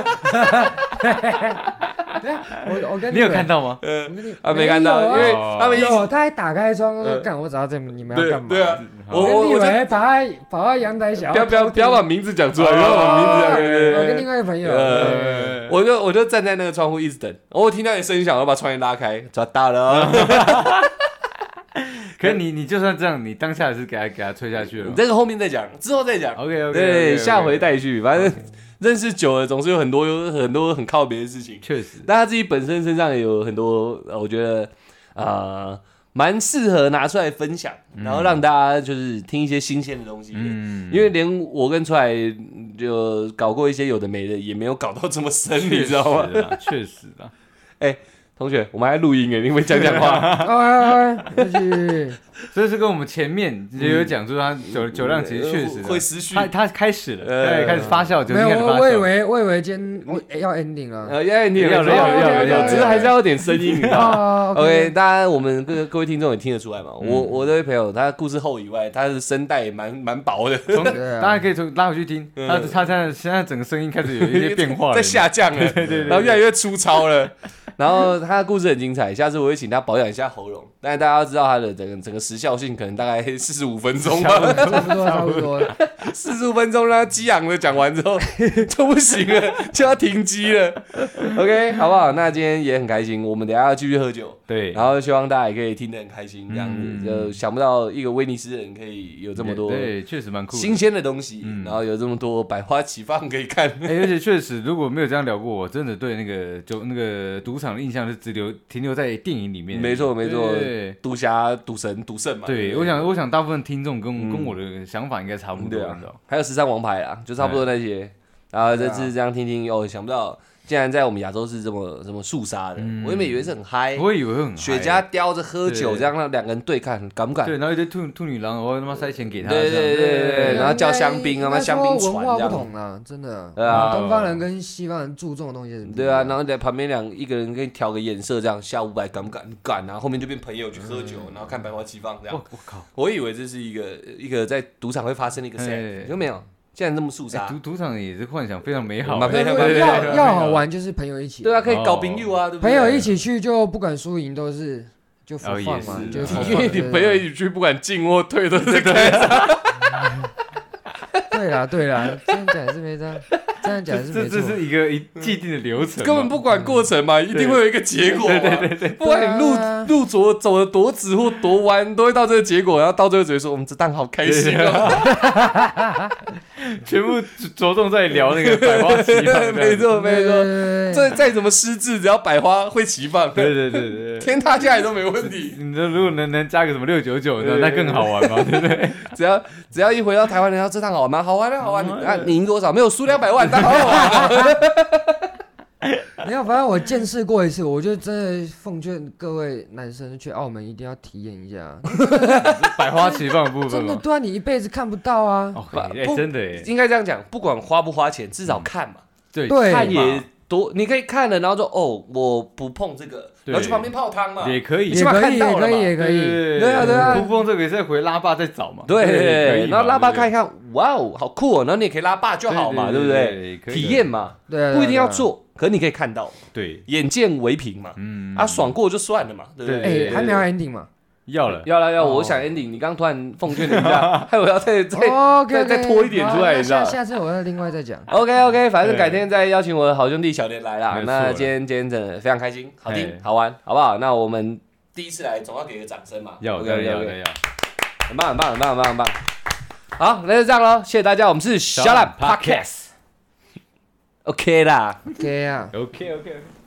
我跟你有看到吗？ 没看到，因为他们他还打开窗说：“干，我知道你们要干嘛。” 对啊， 我以为跑到阳台小， 不要把名字讲出来，不要把名字讲。 我跟另外一个朋友， 我就站在那个窗户一直等，我听到有声响，我把窗帘拉开，抓到了。 可是你就算这样，你当下也是给他吹下去了。 你这个后面再讲，之后再讲。 OK， 对，下回待续，反正。认识久了，总是有很多很靠别的事情。 确实， 但他自己本身身上也有很多，我觉得蛮适合拿出来分享，然后让大家就是听一些新鲜的东西。因为连我跟出来就搞过一些有的没的，也没有搞到这么深，你知道吗？ 确实啊， 同学，我们还录音你会讲话。 所以是跟我们前面就有讲出他酒量其实确实会失序， 他开始了，开始发酵， 没有，我以为今天要 ending 了， 要 ending 了，只是还是要有点声音，你知道吗 ？OK， 当然我们各位听众也听得出来嘛。我这位朋友，他故事厚以外，他的声带也蛮薄的， 大家可以从拉回去听，他现在整个声音开始有一些变化了， 在下降了，对，然后越来越粗糙了。然后他的故事很精彩，下次我会请他保养一下喉咙。但是大家要知道他的整个时效性可能大概45分钟吧， 差不多 45分钟让他激昂的讲完之后就不行了，就要停机了。OK， 好不好？那今天也很开心，我们等一下要继续喝酒， 对， 然后希望大家也可以听得很开心，这样子就想不到一个威尼斯人可以有这么多， 对，确实蛮酷， 新鲜的东西，然后有这么多百花齐放可以看。 而且确实，如果没有这样聊过，我真的对那个赌场的印象是停留在电影里面。 没错，赌侠、赌神、赌圣嘛。 对，我想大部分听众跟我的想法应该差不多。 还有13王牌啦，就差不多那些。然后这次这样听，想不到竟然在我们亚洲是这么肃杀的。我原本以为是很嗨， 我以为很嗨， 雪茄叼着喝酒，这样让两个人对看，敢不敢？ 对，然后一堆兔女郎，我他妈塞钱给他。 对，然后叫香槟啊，香槟船这样。 文化不同啊，真的。对啊，东方人跟西方人注重的东西是不一样。 对啊，然后在旁边一个人给你调个颜色，这样下500，敢不敢？敢啊！后面就变朋友去喝酒，然后看百花齐放这样。 我靠！ 我以为这是一个在赌场会发生的一个 set， 有没有？竟然这么肃杀， 赌场也是幻想非常美好， 要好玩就是朋友一起， 对啊，可以搞朋友啊，对不对？朋友一起去就不管输赢都是就放嘛， 因为你朋友一起去，不管进或退都是开场。 对啦，这样讲是没错，这样讲是没错， 这是一个既定的流程， 根本不管过程嘛，一定会有一个结果。对，不管你路走的多直或多弯，都会到这个结果，然后到最后只会说我们这档好开心啊！ 全部着重在聊那个百花齐放， 没错。这再怎么失智，只要百花会齐放， 对， 天塌下来都没问题。 你说如果能加个什么699，那更好玩嘛，对不对？ 只要一回到台湾，然后这趟好玩吗？好玩。你赢多少？没有输200万，但好玩。 没有，反正我见识过一次，我就真的奉劝各位男生去澳门一定要体验一下。 百花齐放的部分真的，对啊，你一辈子看不到啊。 真的耶， 应该这样讲，不管花不花钱，至少看嘛。 对， 看也多，你可以看了，然后说哦，我不碰这个，然后去旁边泡汤嘛， 也可以， 也可以，对啊， 不碰这个再回拉霸再找嘛， 对，然后拉霸看一看，哇哦，好酷哦，然后你也可以拉霸就好嘛，对不对？体验嘛， 对， 不一定要做，可是你可以看到， 对， 眼见为凭嘛，爽过就算了嘛，对不对？ 还没有 ending 嘛？ 要了， 我想 ending， 你刚刚突然奉劝了一下，害我要再拖一点出来，你知道？ 下次我要另外再讲。 OK， 反正改天再邀请我的好兄弟小莲来啦。那今天真的非常开心，好听好玩，好不好？那我们第一次来总要给个掌声嘛。 要， 很棒。好，那就这样咯，谢谢大家，我们是小懒 Podcast，OK 啦 ，OK 啊 ，OK。